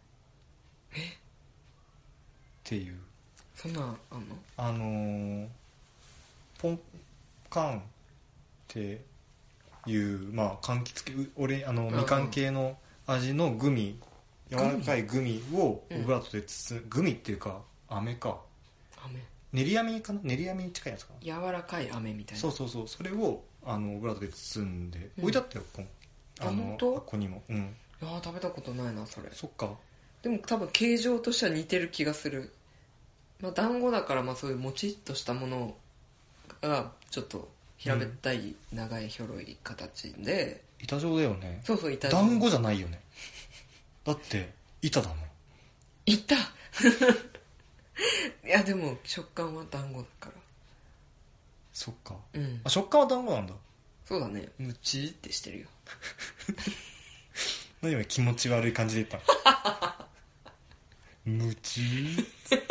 [SPEAKER 2] っていう。
[SPEAKER 1] そんなんあんの？
[SPEAKER 2] ポンカンっていうまあ柑橘系みかん系の味のグミ、柔らかいグミをオブラートで包む、グミっていうか飴か練り飴かな、練り飴に近いやつかな。
[SPEAKER 1] 柔らかい飴みたいな。
[SPEAKER 2] そうそれをオブラートで包んで置いてあったよ、ここにも。い
[SPEAKER 1] や食べたことないなそれ。
[SPEAKER 2] そっか。
[SPEAKER 1] でも多分形状としては似てる気がする。まあ団子だからまあそういうもちっとしたものがちょっと平べったい長いひょろい形で、
[SPEAKER 2] 板状だよね。
[SPEAKER 1] そう板状。
[SPEAKER 2] 団子じゃないよねだって板だもん。
[SPEAKER 1] 板いやでも食感は団子だから。
[SPEAKER 2] そっか、食感は団子なんだ。
[SPEAKER 1] そうだねムチってしてるよ
[SPEAKER 2] 何今気持ち悪い感じで言ったムチー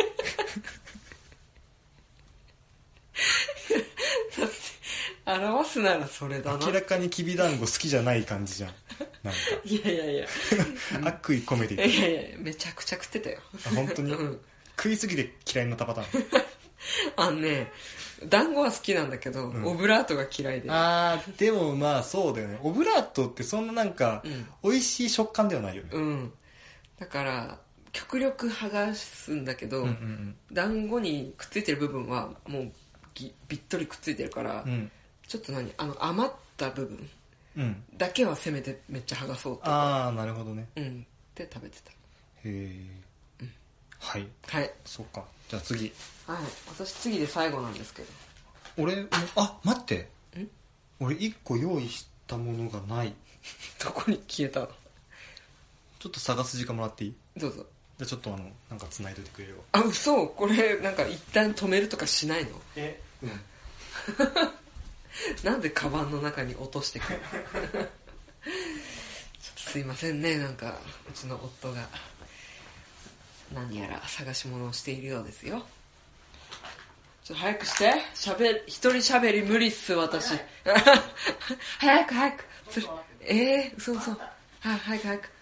[SPEAKER 1] だって表すならそれだな。
[SPEAKER 2] 明らかにきびだんご好きじゃない感じじゃんなんか
[SPEAKER 1] いや
[SPEAKER 2] 悪意込めて言って。
[SPEAKER 1] いやめちゃくちゃ食ってたよ。
[SPEAKER 2] 本当に、食いすぎて嫌いになったパターン
[SPEAKER 1] 団子は好きなんだけど、オブラートが嫌いで。
[SPEAKER 2] でもまあそうだよね。オブラートってそんななんか、美味しい食感ではないよね。
[SPEAKER 1] だから極力剥がすんだけど、団子にくっついてる部分はもうびっとりくっついてるから、ちょっと余った部分だけはせめてめっちゃ剥がそうとか。
[SPEAKER 2] なるほどね。
[SPEAKER 1] で食べてた。
[SPEAKER 2] へえ。はいそっか。じゃあ次。
[SPEAKER 1] 私次で最後なんですけど。
[SPEAKER 2] 俺も待って、俺1個用意したものがない。
[SPEAKER 1] どこに消えたの？
[SPEAKER 2] ちょっと探す時間もらっていい？
[SPEAKER 1] どうぞ。
[SPEAKER 2] じゃあちょっとなんか繋いでおいてくれよ。
[SPEAKER 1] 嘘。これなんか一旦止めるとかしないの？なんでカバンの中に落としてくるちょっとすいませんね、なんかうちの夫が何やら探し物をしているようですよ。ちょっと早くして一人喋り無理っす私早く嘘早く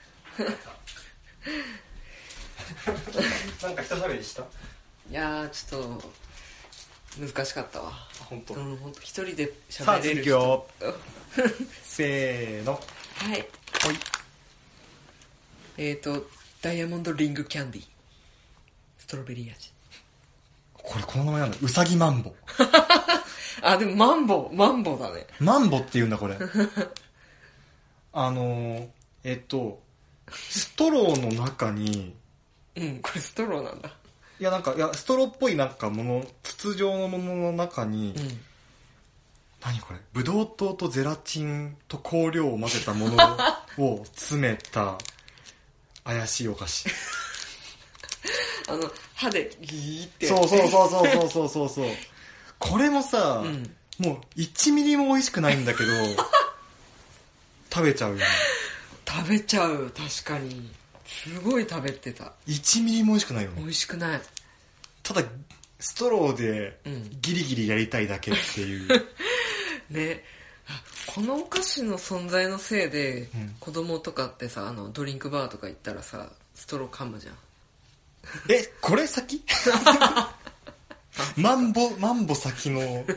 [SPEAKER 2] なんか一喋りした？い
[SPEAKER 1] やーちょっと難しかったわ。
[SPEAKER 2] 本当。
[SPEAKER 1] 本当一人で
[SPEAKER 2] さあ
[SPEAKER 1] 喋れる
[SPEAKER 2] 次よせーの。
[SPEAKER 1] はいダイヤモンドリングキャンディーストロベリー味。
[SPEAKER 2] これこの名前なんだ。うさぎマンボ
[SPEAKER 1] あ、でもマンボだね。
[SPEAKER 2] マンボって言うんだこれストローの中に
[SPEAKER 1] これストローなんだ。
[SPEAKER 2] いやストローっぽいなんかもの、筒状のものの中に、何これ、ブドウ糖とゼラチンと香料を混ぜたものを詰めた怪しいお菓子
[SPEAKER 1] 歯でギーって
[SPEAKER 2] そうこれもさ、もう1ミリも美味しくないんだけど食べちゃうよね。
[SPEAKER 1] 食べちゃう。確かにすごい食べてた。
[SPEAKER 2] 1ミリも美味しくないよね。
[SPEAKER 1] 美味しくない。
[SPEAKER 2] ただストローでギリギリやりたいだけっていう
[SPEAKER 1] ね。このお菓子の存在のせいで、子供とかってさドリンクバーとか行ったらさストロー噛むじゃん。
[SPEAKER 2] これ先マンボ先のい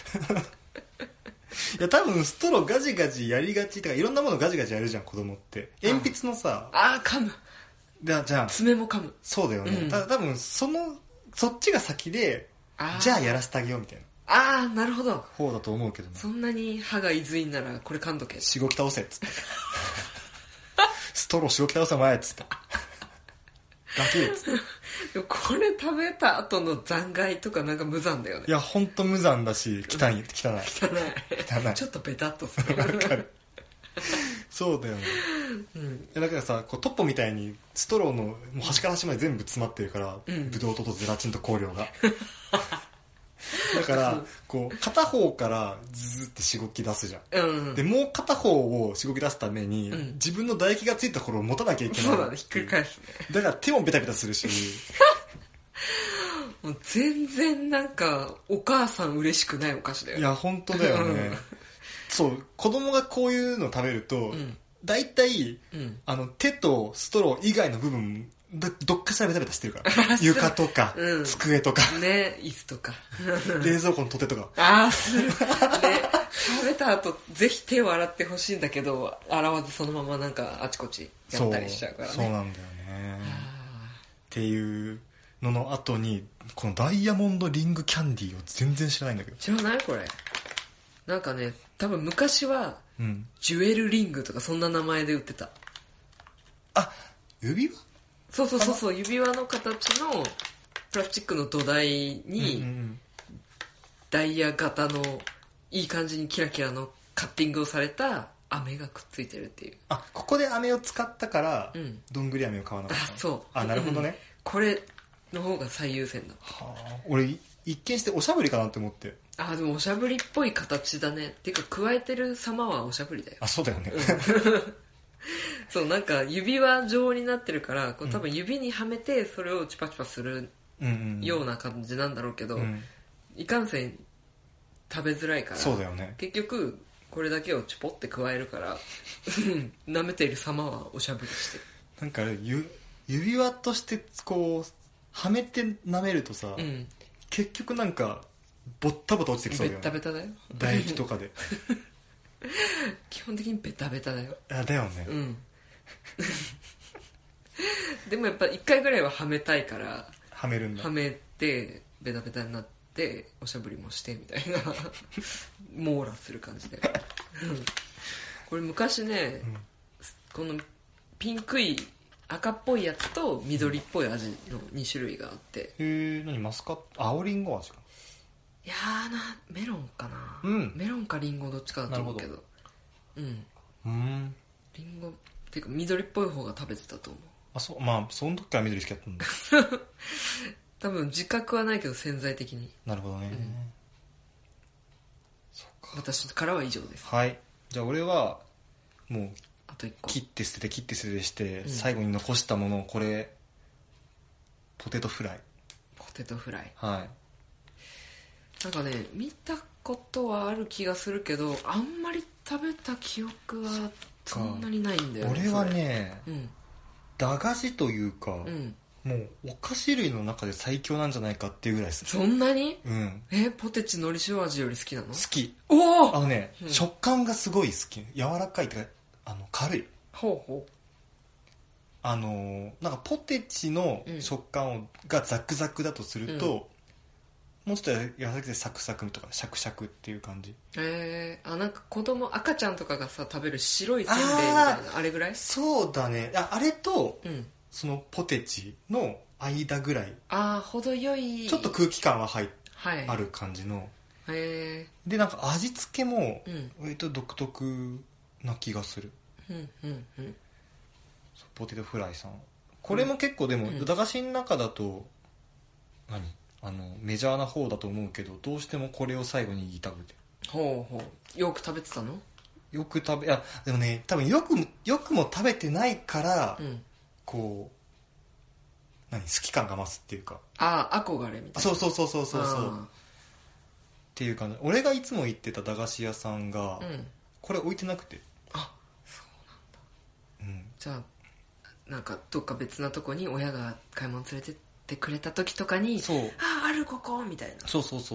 [SPEAKER 2] や多分ストローガジガジやりがちとかいろんなものガジガジやるじゃん子供って。鉛筆のさ
[SPEAKER 1] 噛む。
[SPEAKER 2] じゃあ
[SPEAKER 1] 爪も噛む。
[SPEAKER 2] そうだよね、多分そっちが先でじゃあやらせてあげようみたいな
[SPEAKER 1] なるほど
[SPEAKER 2] 方だと思うけどね。
[SPEAKER 1] そんなに歯がいずいんならこれ噛んどけ。
[SPEAKER 2] しごき倒せっつってストローしごき倒せお前っつってガキっつって
[SPEAKER 1] でもこれ食べた後の残骸とかなんか無残だよね。
[SPEAKER 2] いやほんと無残だし汚い
[SPEAKER 1] ちょっとベタっとする
[SPEAKER 2] 分かるそうだよね、だからさこうトッポみたいにストローのもう端から端まで全部詰まってるから、ブドウ糖とゼラチンと香料がだからこう片方からズーってしごき出すじゃん、でもう片方をしごき出すために、自分の唾液がついた頃を持たなきゃいけない。
[SPEAKER 1] そうだね、ひっくり返すね。
[SPEAKER 2] だから手もベタベタするし
[SPEAKER 1] もう全然なんかお母さん嬉しくないお菓子だよ。
[SPEAKER 2] いや本当だよねそう子供がこういうの食べると、大体、手とストロー以外の部分どっかしらベタベタしてるから床とか、机とか
[SPEAKER 1] ね、椅子とか
[SPEAKER 2] 冷蔵庫の取っ手とか
[SPEAKER 1] する、ね、食べた後ぜひ手を洗ってほしいんだけど洗わずそのままなんかあちこちやったりしちゃうからね。
[SPEAKER 2] そうなんだよねっていうのの後にこのダイヤモンドリングキャンディーを全然知らないんだけど。
[SPEAKER 1] 知らないこれ。なんかね多分昔は、ジュエルリングとかそんな名前で売ってた。
[SPEAKER 2] 指輪？
[SPEAKER 1] そう指輪の形のプラスチックの土台に、ダイヤ型のいい感じにキラキラのカッティングをされた飴がくっついてるっていう。
[SPEAKER 2] ここで飴を使ったから、どんぐり飴を買わなかった。
[SPEAKER 1] そう
[SPEAKER 2] なるほどね、
[SPEAKER 1] これの方が最優先だった。
[SPEAKER 2] 俺一見しておしゃぶりかなって思って。
[SPEAKER 1] でもおしゃぶりっぽい形だね。っていうか加えてる様はおしゃぶりだよ。
[SPEAKER 2] そうだよね、
[SPEAKER 1] そうなんか指輪状になってるからこう多分指にはめてそれをチュパチュパするような感じなんだろうけど、いかんせん食べづらいから。
[SPEAKER 2] そうだよね。
[SPEAKER 1] 結局これだけをチュポって加えるから舐めている様はおしゃぶりしてる。
[SPEAKER 2] なんか指輪としてこうはめて舐めるとさ、結局なんかボッタボタ落ちてきそうだよね。
[SPEAKER 1] ベタベタだよ
[SPEAKER 2] 唾液とかで
[SPEAKER 1] 基本的にベタベタだよ。
[SPEAKER 2] だよね、
[SPEAKER 1] でもやっぱ1回ぐらいははめたいから
[SPEAKER 2] はめるんだ。
[SPEAKER 1] はめてベタベタになっておしゃぶりもしてみたいな網羅する感じでこれ昔ね、このピンクい赤っぽいやつと緑っぽい味の2種類があって。
[SPEAKER 2] 何マスカット青リンゴ味か。
[SPEAKER 1] いやメロンかな、メロンかリンゴどっちかだと思うけど。リンゴっていうか緑っぽい方が食べてたと思う。
[SPEAKER 2] その時から緑好きだったんだ
[SPEAKER 1] 多分自覚はないけど潜在的に。
[SPEAKER 2] なるほどね、そうか。
[SPEAKER 1] 私からは以上です。
[SPEAKER 2] はい。じゃあ俺はもう
[SPEAKER 1] あと1個
[SPEAKER 2] 切って捨ててして、最後に残したものをこれポテトフライ。
[SPEAKER 1] ポテトフライ、
[SPEAKER 2] はい。
[SPEAKER 1] なんかね見たことはある気がするけどあんまり食べた記憶はそんなにないんだよね。
[SPEAKER 2] 俺はね、
[SPEAKER 1] うん、
[SPEAKER 2] 駄菓子というか、
[SPEAKER 1] うん、
[SPEAKER 2] もうお菓子類の中で最強なんじゃないかっていうぐらい好き。
[SPEAKER 1] そんなに？
[SPEAKER 2] うん。
[SPEAKER 1] ポテチのり塩味より好きなの？
[SPEAKER 2] 好き。
[SPEAKER 1] おお、
[SPEAKER 2] うん、食感がすごい好き。柔らかいってか、軽い。
[SPEAKER 1] ほうほ
[SPEAKER 2] なんかポテチの食感がザクザクだとすると、もうちょっと柔らかくてサクサクとかシャクシャクっていう感じ。
[SPEAKER 1] なんか赤ちゃんとかがさ食べる白いせんべいみたいな あれぐらい？
[SPEAKER 2] そうだね。あれと、そのポテチの間ぐらい。
[SPEAKER 1] 程よい
[SPEAKER 2] ちょっと空気感はある感じの。でなんか味付けも割と独特な気がする。ポテトフライさん、これも結構でも駄菓子の中だとメジャーな方だと思うけど、どうしてもこれを最後に食べて。
[SPEAKER 1] ほうほう。よく食べてたの？
[SPEAKER 2] よくでもね、多分よくも食べてないから、こう好き感が増すっていうか、
[SPEAKER 1] 憧れみたいな。
[SPEAKER 2] そうっていうかね、俺がいつも行ってた駄菓子屋さんが、これ置いてなくて。
[SPEAKER 1] そうなんだ。じゃあなんかどっか別なとこに親が買い物連れてってくれた時とかに、あるここみたいな。
[SPEAKER 2] そうなん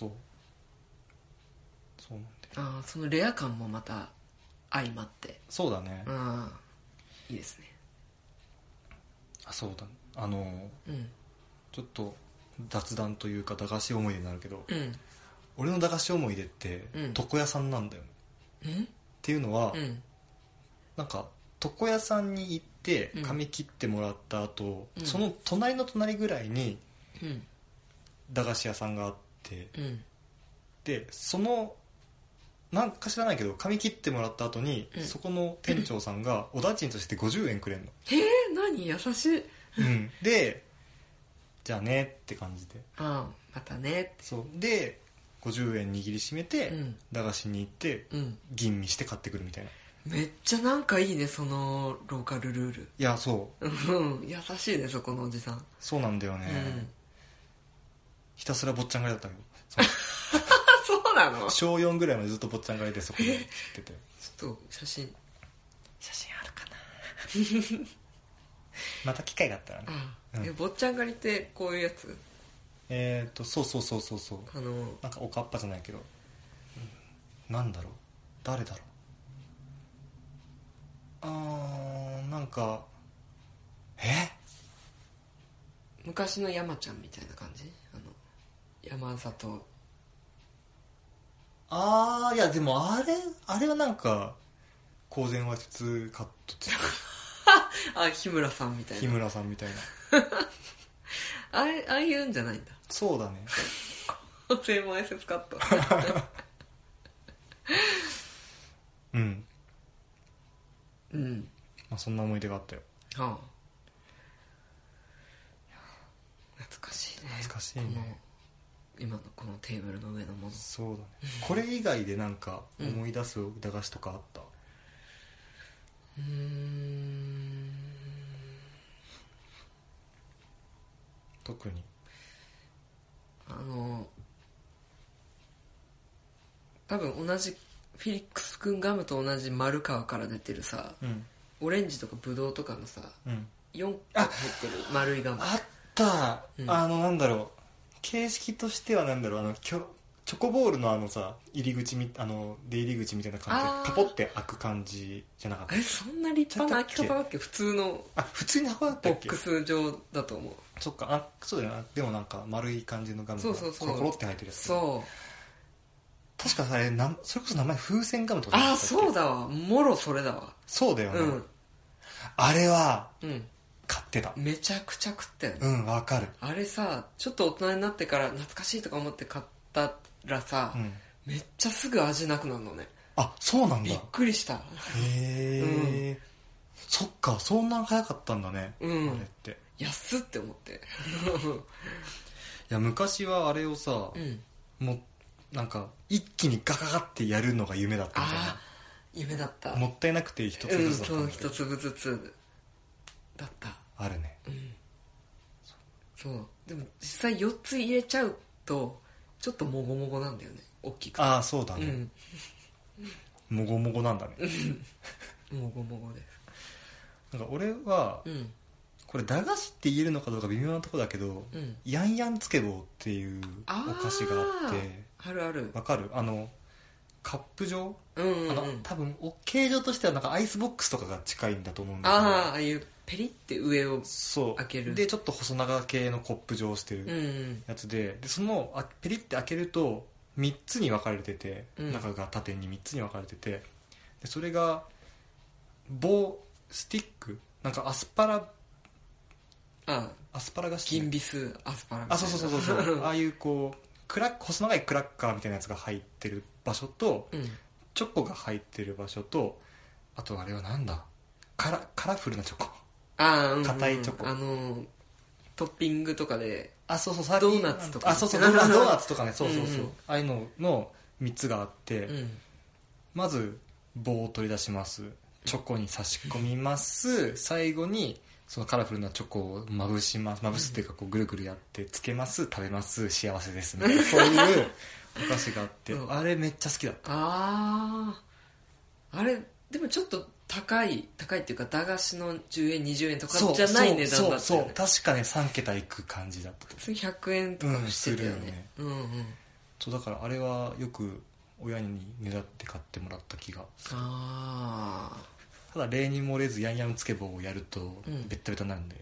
[SPEAKER 2] だよ。
[SPEAKER 1] そのレア感もまた相まって。
[SPEAKER 2] そうだね。
[SPEAKER 1] いいですね。
[SPEAKER 2] そうだ、ちょっと雑談というか駄菓子思い出になるけど、俺の駄菓子思い出って、床屋さんなんだよね。っていうのは、なんか床屋さんに行って髪切ってもらった後、その隣の隣ぐらいに駄菓子屋さんがあって、でそのなんか知らないけど髪切ってもらった後に、そこの店長さんがお駄賃として50円くれんの。
[SPEAKER 1] 何優しい。
[SPEAKER 2] でじゃあねって感じで、
[SPEAKER 1] またねって。
[SPEAKER 2] そうで50円握りしめて、駄菓子に行って、吟味して買ってくるみたいな。
[SPEAKER 1] めっちゃなんかいいね、そのローカルルール。
[SPEAKER 2] いや、そう
[SPEAKER 1] 優しいね、そこのおじさん。
[SPEAKER 2] そうなんだよね、ひたすら坊ちゃん狩りだったけど。
[SPEAKER 1] そうなの？
[SPEAKER 2] 小4ぐらいまでずっと坊ちゃん狩りでそこで切ってて。
[SPEAKER 1] ちょっと写真あるかな。
[SPEAKER 2] また機会があったらね。
[SPEAKER 1] 坊ちゃん狩りってこういうやつ？
[SPEAKER 2] そうなんかおかっぱじゃないけど、なんだろう、誰だろう、なんか
[SPEAKER 1] 昔の山ちゃんみたいな感じ？山里。
[SPEAKER 2] いやでもあれはなんか公然わいせつカットって
[SPEAKER 1] 日村さんみたいな。
[SPEAKER 2] 日村さんみたいな。
[SPEAKER 1] ああいうんじゃないんだ。
[SPEAKER 2] そうだね。
[SPEAKER 1] 公然わいせつカット。
[SPEAKER 2] まあそんな思い出があったよ。
[SPEAKER 1] 懐かしいね。
[SPEAKER 2] 懐かしいね。
[SPEAKER 1] 今のこのテーブルの上のもの。
[SPEAKER 2] そうだね。これ以外でなんか思い出す駄菓子とかあった？特に
[SPEAKER 1] 多分同じフィリックス君ガムと同じ丸川から出てるさ、オレンジとかブドウとかのさ、4個入ってる丸いガム
[SPEAKER 2] あった。なんだろう、形式としてはなんだろう、チョコボールのさ入り口出入り口みたいな感じでカポって開く感じじゃなかった？
[SPEAKER 1] そんな立派な開き方だっけ？普通の
[SPEAKER 2] 普通に箱だったっけ？
[SPEAKER 1] ボックス状だと思う。
[SPEAKER 2] そっか、そうだよな。でもなんか丸い感じのガムがコロコロって入ってるやつ。確かそれこそ名前風船ガムとか。
[SPEAKER 1] そうだわ、もろそれだわ。
[SPEAKER 2] そうだよね、あれは買ってた。
[SPEAKER 1] めちゃくちゃ食ったよね。
[SPEAKER 2] わかる。あ
[SPEAKER 1] れさ、ちょっと大人になってから懐かしいとか思って買ったらさ、めっちゃすぐ味なくなるのね。
[SPEAKER 2] そうなんだ。
[SPEAKER 1] びっくりした。
[SPEAKER 2] そっか、そんな早かったんだね、あれって。
[SPEAKER 1] 安って思って。い
[SPEAKER 2] や、昔はあれをさ、もうなんか一気にガガガってやるのが夢だったみたいな。
[SPEAKER 1] 夢だった。
[SPEAKER 2] もったいなくて一粒ずつだった。
[SPEAKER 1] 一粒ずつだった。
[SPEAKER 2] あるね。
[SPEAKER 1] そうでも実際4つ入れちゃうとちょっともごもごなんだよね、大きくて。
[SPEAKER 2] ああそうだね、もごもごなんだね
[SPEAKER 1] もごもごです。
[SPEAKER 2] なんか俺は、これ駄菓子って言えるのかどうか微妙なとこだけど、ヤンヤンつけ棒っていうお菓子があって、
[SPEAKER 1] あるある。
[SPEAKER 2] わかる？カップ状、多分形状としてはなんかアイスボックスとかが近いんだと思うんだけど、
[SPEAKER 1] ああいうペリって上を開ける。
[SPEAKER 2] でちょっと細長系のコップ状をしてるやつで、でそのペリって開けると3つに分かれてて、中が縦に3つに分かれてて、でそれがスティック、なんかアスパラガス、
[SPEAKER 1] 銀ビスアスパラみ
[SPEAKER 2] たいな、そうああいうこう細長いクラッカーみたいなやつが入ってる場所と、チョコが入ってる場所と、あとあれはなんだ、カラフルなチョコ、硬いチョコ、
[SPEAKER 1] トッピングとかで
[SPEAKER 2] ド
[SPEAKER 1] ーナツとか、
[SPEAKER 2] ドーナツとかね、そうああいうのの3つがあって、まず棒を取り出します、チョコに差し込みます、最後にそのカラフルなチョコをまぶすっていうか、こうぐるぐるやってつけます、食べます、幸せですみたいな、そういうお菓子があって、あれめっちゃ好きだった。
[SPEAKER 1] あれでもちょっと高いっていうか、駄菓子の10円20円とかじゃない値段だったよね。
[SPEAKER 2] 確かね3桁いく感じだった。
[SPEAKER 1] 普通に100円とかしてたよね。
[SPEAKER 2] そうだからあれはよく親にねだって買ってもらった気がする。ただ例に漏れずヤンヤンつけ棒をやるとベッタベタになるんで、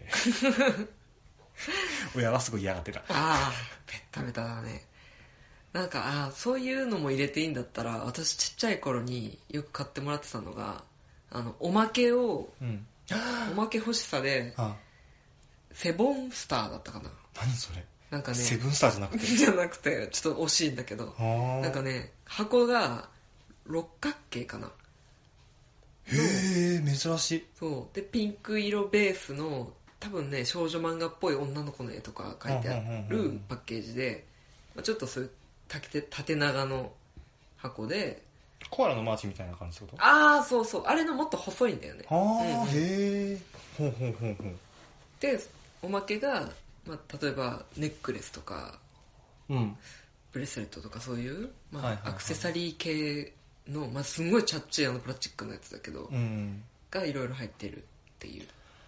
[SPEAKER 2] 親はすごい嫌がってた。
[SPEAKER 1] ベッタベタだね。なんかそういうのも入れていいんだったら、私ちっちゃい頃によく買ってもらってたのが、おまけ欲しさでセボンスターだったかな。
[SPEAKER 2] 何それ？
[SPEAKER 1] なんかね、
[SPEAKER 2] セブンスターじゃなくて
[SPEAKER 1] じゃなくてちょっと惜しいんだけど、なんかね、箱が六角形かな。
[SPEAKER 2] へえ、珍しい。
[SPEAKER 1] そうでピンク色ベースの多分ね、少女漫画っぽい女の子の絵とか書いてあるパッケージで、ちょっとそういう縦長の箱で、
[SPEAKER 2] コアラのマーチみたいな感じってこと？
[SPEAKER 1] そうあれのもっと細いんだよね。
[SPEAKER 2] へえ。
[SPEAKER 1] でおまけが、例えばネックレスとか、ブレスレットとかそういう、アクセサリー系の、すんごいチャッチープラスチックのやつだけど、がいろいろ入ってるっていう。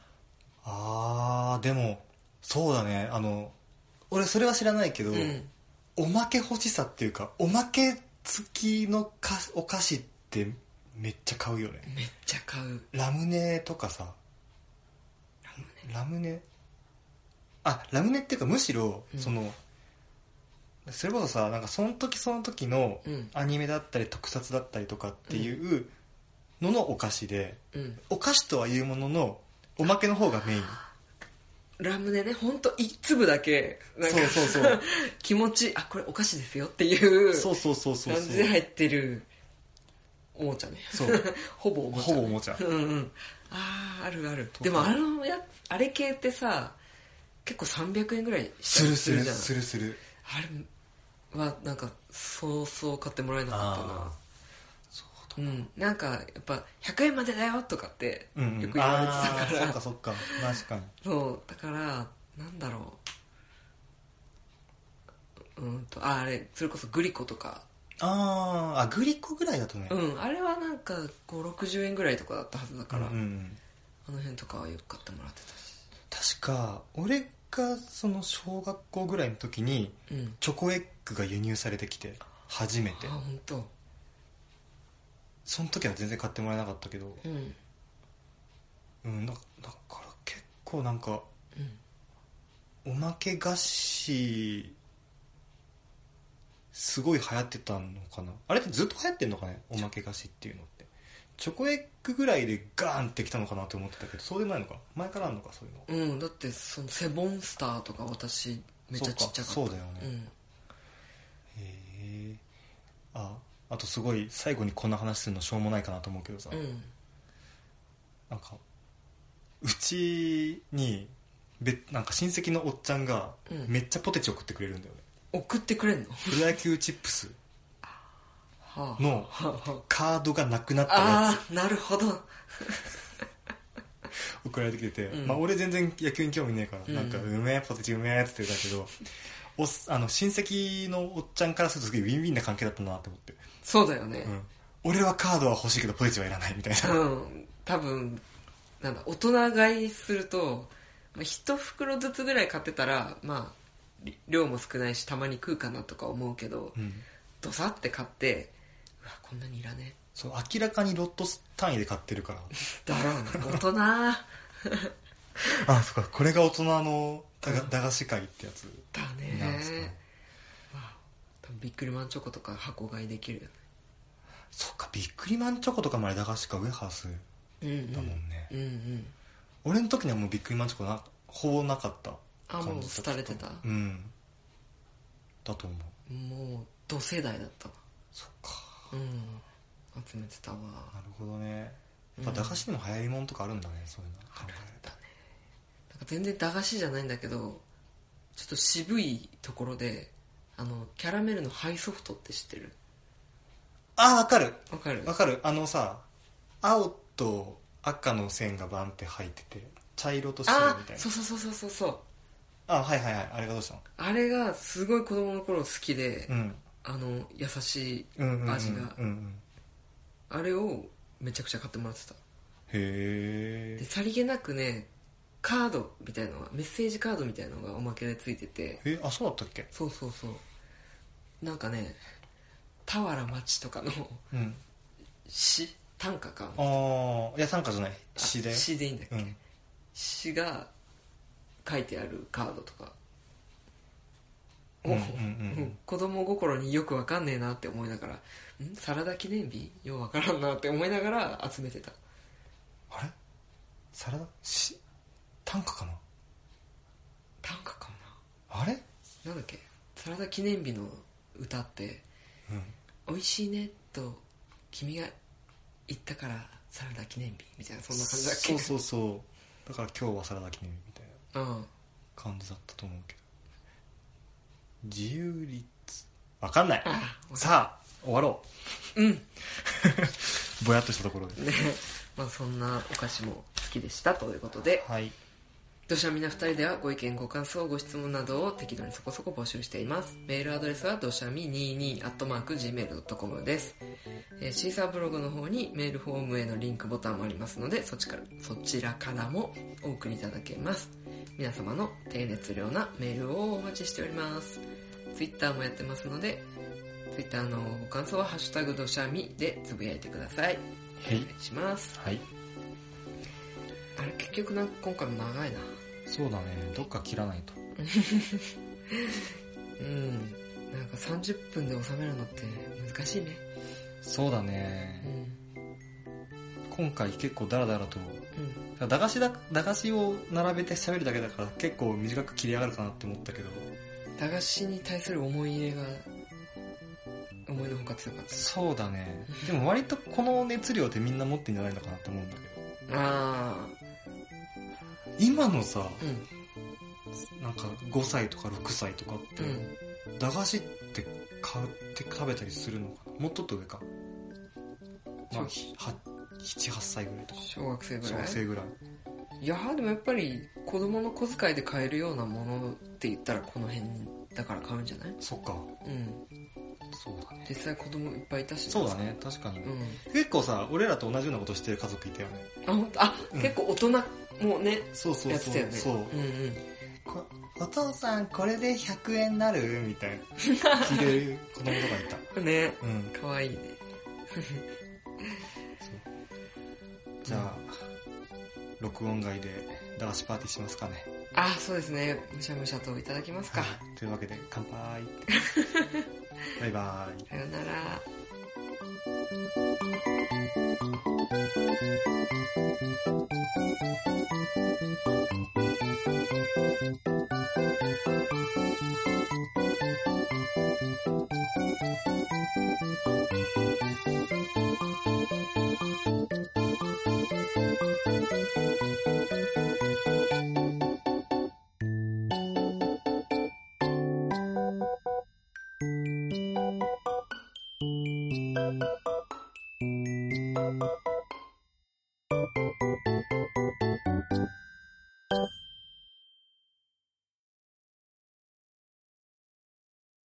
[SPEAKER 2] でもそうだね、俺それは知らないけど、おまけ欲しさっていうか、おまけ付きのお菓子ってめっちゃ買うよね。
[SPEAKER 1] めっちゃ買う。
[SPEAKER 2] ラムネとかさ、ラムネっていうか、むしろそれこそさ、なんかその時その時のアニメだったり特撮だったりとかっていうののお菓子で、お菓子とはいうもののおまけの方がメイン。
[SPEAKER 1] ラムネね、ほんと1粒だけなんか
[SPEAKER 2] そう
[SPEAKER 1] 気持ち、これお菓子ですよっていう感じで入ってるおもちゃね。ほぼおもちゃ、
[SPEAKER 2] ほぼおもちゃ。
[SPEAKER 1] あるある。でもあれ系ってさ、結構300円ぐらいするじゃん。
[SPEAKER 2] する。
[SPEAKER 1] あれはなんかそう買ってもらえなかったな。なんかやっぱ100円までだよとかってよく言われてたから。
[SPEAKER 2] そっか確かに。
[SPEAKER 1] そうだから、なんだろう、あれそれこそグリコとか、
[SPEAKER 2] グリコぐらいだとね、
[SPEAKER 1] あれはなんか560円ぐらいとかだったはずだから、あの辺とかはよく買ってもらってたし。
[SPEAKER 2] 確か俺がその小学校ぐらいの時に、チョコエッグが輸入されてきて初めて。
[SPEAKER 1] 本当。
[SPEAKER 2] その時は全然買ってもらえなかったけど、だから結構なんか、おまけ菓子すごい流行ってたのかな。あれってずっと流行ってんのかね、おまけ菓子っていうのって。チョコエッグぐらいでガーンってきたのかなって思ってたけど、そうでもないのか。前からあるのか、そういうの。
[SPEAKER 1] だってそのセボンスターとか私めっちゃちっちゃかった。
[SPEAKER 2] そうだよね。へえ。あとすごい最後にこんな話するのしょうもないかなと思うけどさ、なんかうちになんか親戚のおっちゃんがめっちゃポテチ送ってくれるんだよね。
[SPEAKER 1] 送ってくれんの？
[SPEAKER 2] プロ野球チップスのカードがなくなったやつ。
[SPEAKER 1] なるほど。
[SPEAKER 2] 送られてきてて、
[SPEAKER 1] うん
[SPEAKER 2] まあ俺全然野球に興味ねえから、
[SPEAKER 1] うん
[SPEAKER 2] なんかうめえポテチうめえって言ってたけど、親戚のおっちゃんからするとすげえウィンウィンな関係だったなって思って、
[SPEAKER 1] そうだよね。
[SPEAKER 2] 俺はカードは欲しいけどポテチはいらないみたいな。
[SPEAKER 1] 多分なんだ、大人買いすると、まあ、1袋ずつぐらい買ってたら、まあ量も少ないしたまに食うかなとか思うけど、ドサって買って、うわこんなにいらねえ、
[SPEAKER 2] そう明らかにロット単位で買ってるから
[SPEAKER 1] だろうね、大人
[SPEAKER 2] あ、そっか、これが大人の駄菓子会ってやつ
[SPEAKER 1] だ
[SPEAKER 2] なんですかね。
[SPEAKER 1] ね。多分ビックリマンチョコとか箱買いできるよね。
[SPEAKER 2] そっか、ビックリマンチョコとかまで駄菓子か、ウエハースだもんね。
[SPEAKER 1] うんうん、
[SPEAKER 2] 俺の時にはもうビックリマンチョコほぼなかった
[SPEAKER 1] あ、もう廃れてた。
[SPEAKER 2] うんだと思う。
[SPEAKER 1] もう同世代だったわ。
[SPEAKER 2] そっか、
[SPEAKER 1] 集めてたわ。
[SPEAKER 2] なるほどね。やっぱ駄菓子にも流行り物とかあるんだね、そういうの考えたね。
[SPEAKER 1] なんか全然駄菓子じゃないんだけど、ちょっと渋いところで、キャラメルのハイソフトって知ってる？
[SPEAKER 2] あ、わかる
[SPEAKER 1] わかる。
[SPEAKER 2] わかる。さ、青と赤の線がバンって入ってて、茶色と白みたいな。
[SPEAKER 1] そうそうそうそうそう。
[SPEAKER 2] あ、はいはいはい。あれがどうしたの？
[SPEAKER 1] あれがすごい子供の頃好きで、
[SPEAKER 2] うん、
[SPEAKER 1] 優しい味が、あれをめちゃくちゃ買ってもらってた。
[SPEAKER 2] へえ。
[SPEAKER 1] でさりげなくね、カードみたいのが、メッセージカードみたいのがおまけでついてて。
[SPEAKER 2] あ、そうだったっけ？
[SPEAKER 1] そうそうそう。なんかね、俵町とかの詩、短歌か。
[SPEAKER 2] いや短歌じゃない、詩で。
[SPEAKER 1] 詩でいいんだっけ、詩が書いてあるカードとか、子供心によくわかんねえなって思いながら、サラダ記念日ようわからんなって思いながら集めてた。
[SPEAKER 2] あれ、サラダ短歌かな？
[SPEAKER 1] 短歌か
[SPEAKER 2] な。あれ
[SPEAKER 1] なんだっけ、サラダ記念日の歌って、美味しいねと君が言ったからサラダ記念日みたいな、そんな感じだっけ？
[SPEAKER 2] そうそうそう、だから今日はサラダ記念日みたいな感じだったと思うけど、自由率わかんない。さあ終わろう。ぼやっとしたところでね。
[SPEAKER 1] まあそんなお菓子も好きでしたということで、
[SPEAKER 2] はい。
[SPEAKER 1] どしゃみな2人ではご意見ご感想ご質問などを適度にそこそこ募集しています。メールアドレスはどしゃみ22@gmail.com です。シーサーブログの方にメールフォームへのリンクボタンもありますので、そちらからもお送りいただけます。皆様の低熱量なメールをお待ちしております。ツイッターもやってますので、ツイッターのご感想はハッシュタグどしゃみでつぶやいてください。お願いします。
[SPEAKER 2] はい。
[SPEAKER 1] あれ結局今回も長いな。
[SPEAKER 2] そうだね、どっか切らないと。
[SPEAKER 1] なんか30分で収めるのって難しいね。
[SPEAKER 2] そうだね、今回結構ダラダラと、駄菓子を並べて喋るだけだから結構短く切り上がるかなって思ったけど、
[SPEAKER 1] 駄菓子に対する思い入れが思いのほか強かった。
[SPEAKER 2] そうだね。でも割とこの熱量ってみんな持ってんじゃないのかなって思うんだけど、今のさ、なんか5歳とか6歳とかって、駄菓子って買って食べたりするのかな。もうちょっと上か、まあ、7、8歳ぐらいとか、
[SPEAKER 1] 小学生ぐらい。
[SPEAKER 2] 小学生ぐらい。
[SPEAKER 1] いやでもやっぱり子供の小遣いで買えるようなものって言ったらこの辺だから買うんじゃない？
[SPEAKER 2] そっか。そうだね。
[SPEAKER 1] 実際子供いっぱいいたし。
[SPEAKER 2] そうだね、確かに。結構さ、俺らと同じようなことしてる家族いたよね。
[SPEAKER 1] 結構大人もね、
[SPEAKER 2] そうそうそう、
[SPEAKER 1] やってたよね。そう。
[SPEAKER 2] お父さんこれで100円なるみたいな聞いてる子供とかいた。
[SPEAKER 1] ね、かわいいね。
[SPEAKER 2] じゃあ、録音外で駄菓子パーティーしますかね。
[SPEAKER 1] そうですね。むしゃむしゃといただきますか。
[SPEAKER 2] というわけで乾杯。バイバイ。
[SPEAKER 1] さよなら。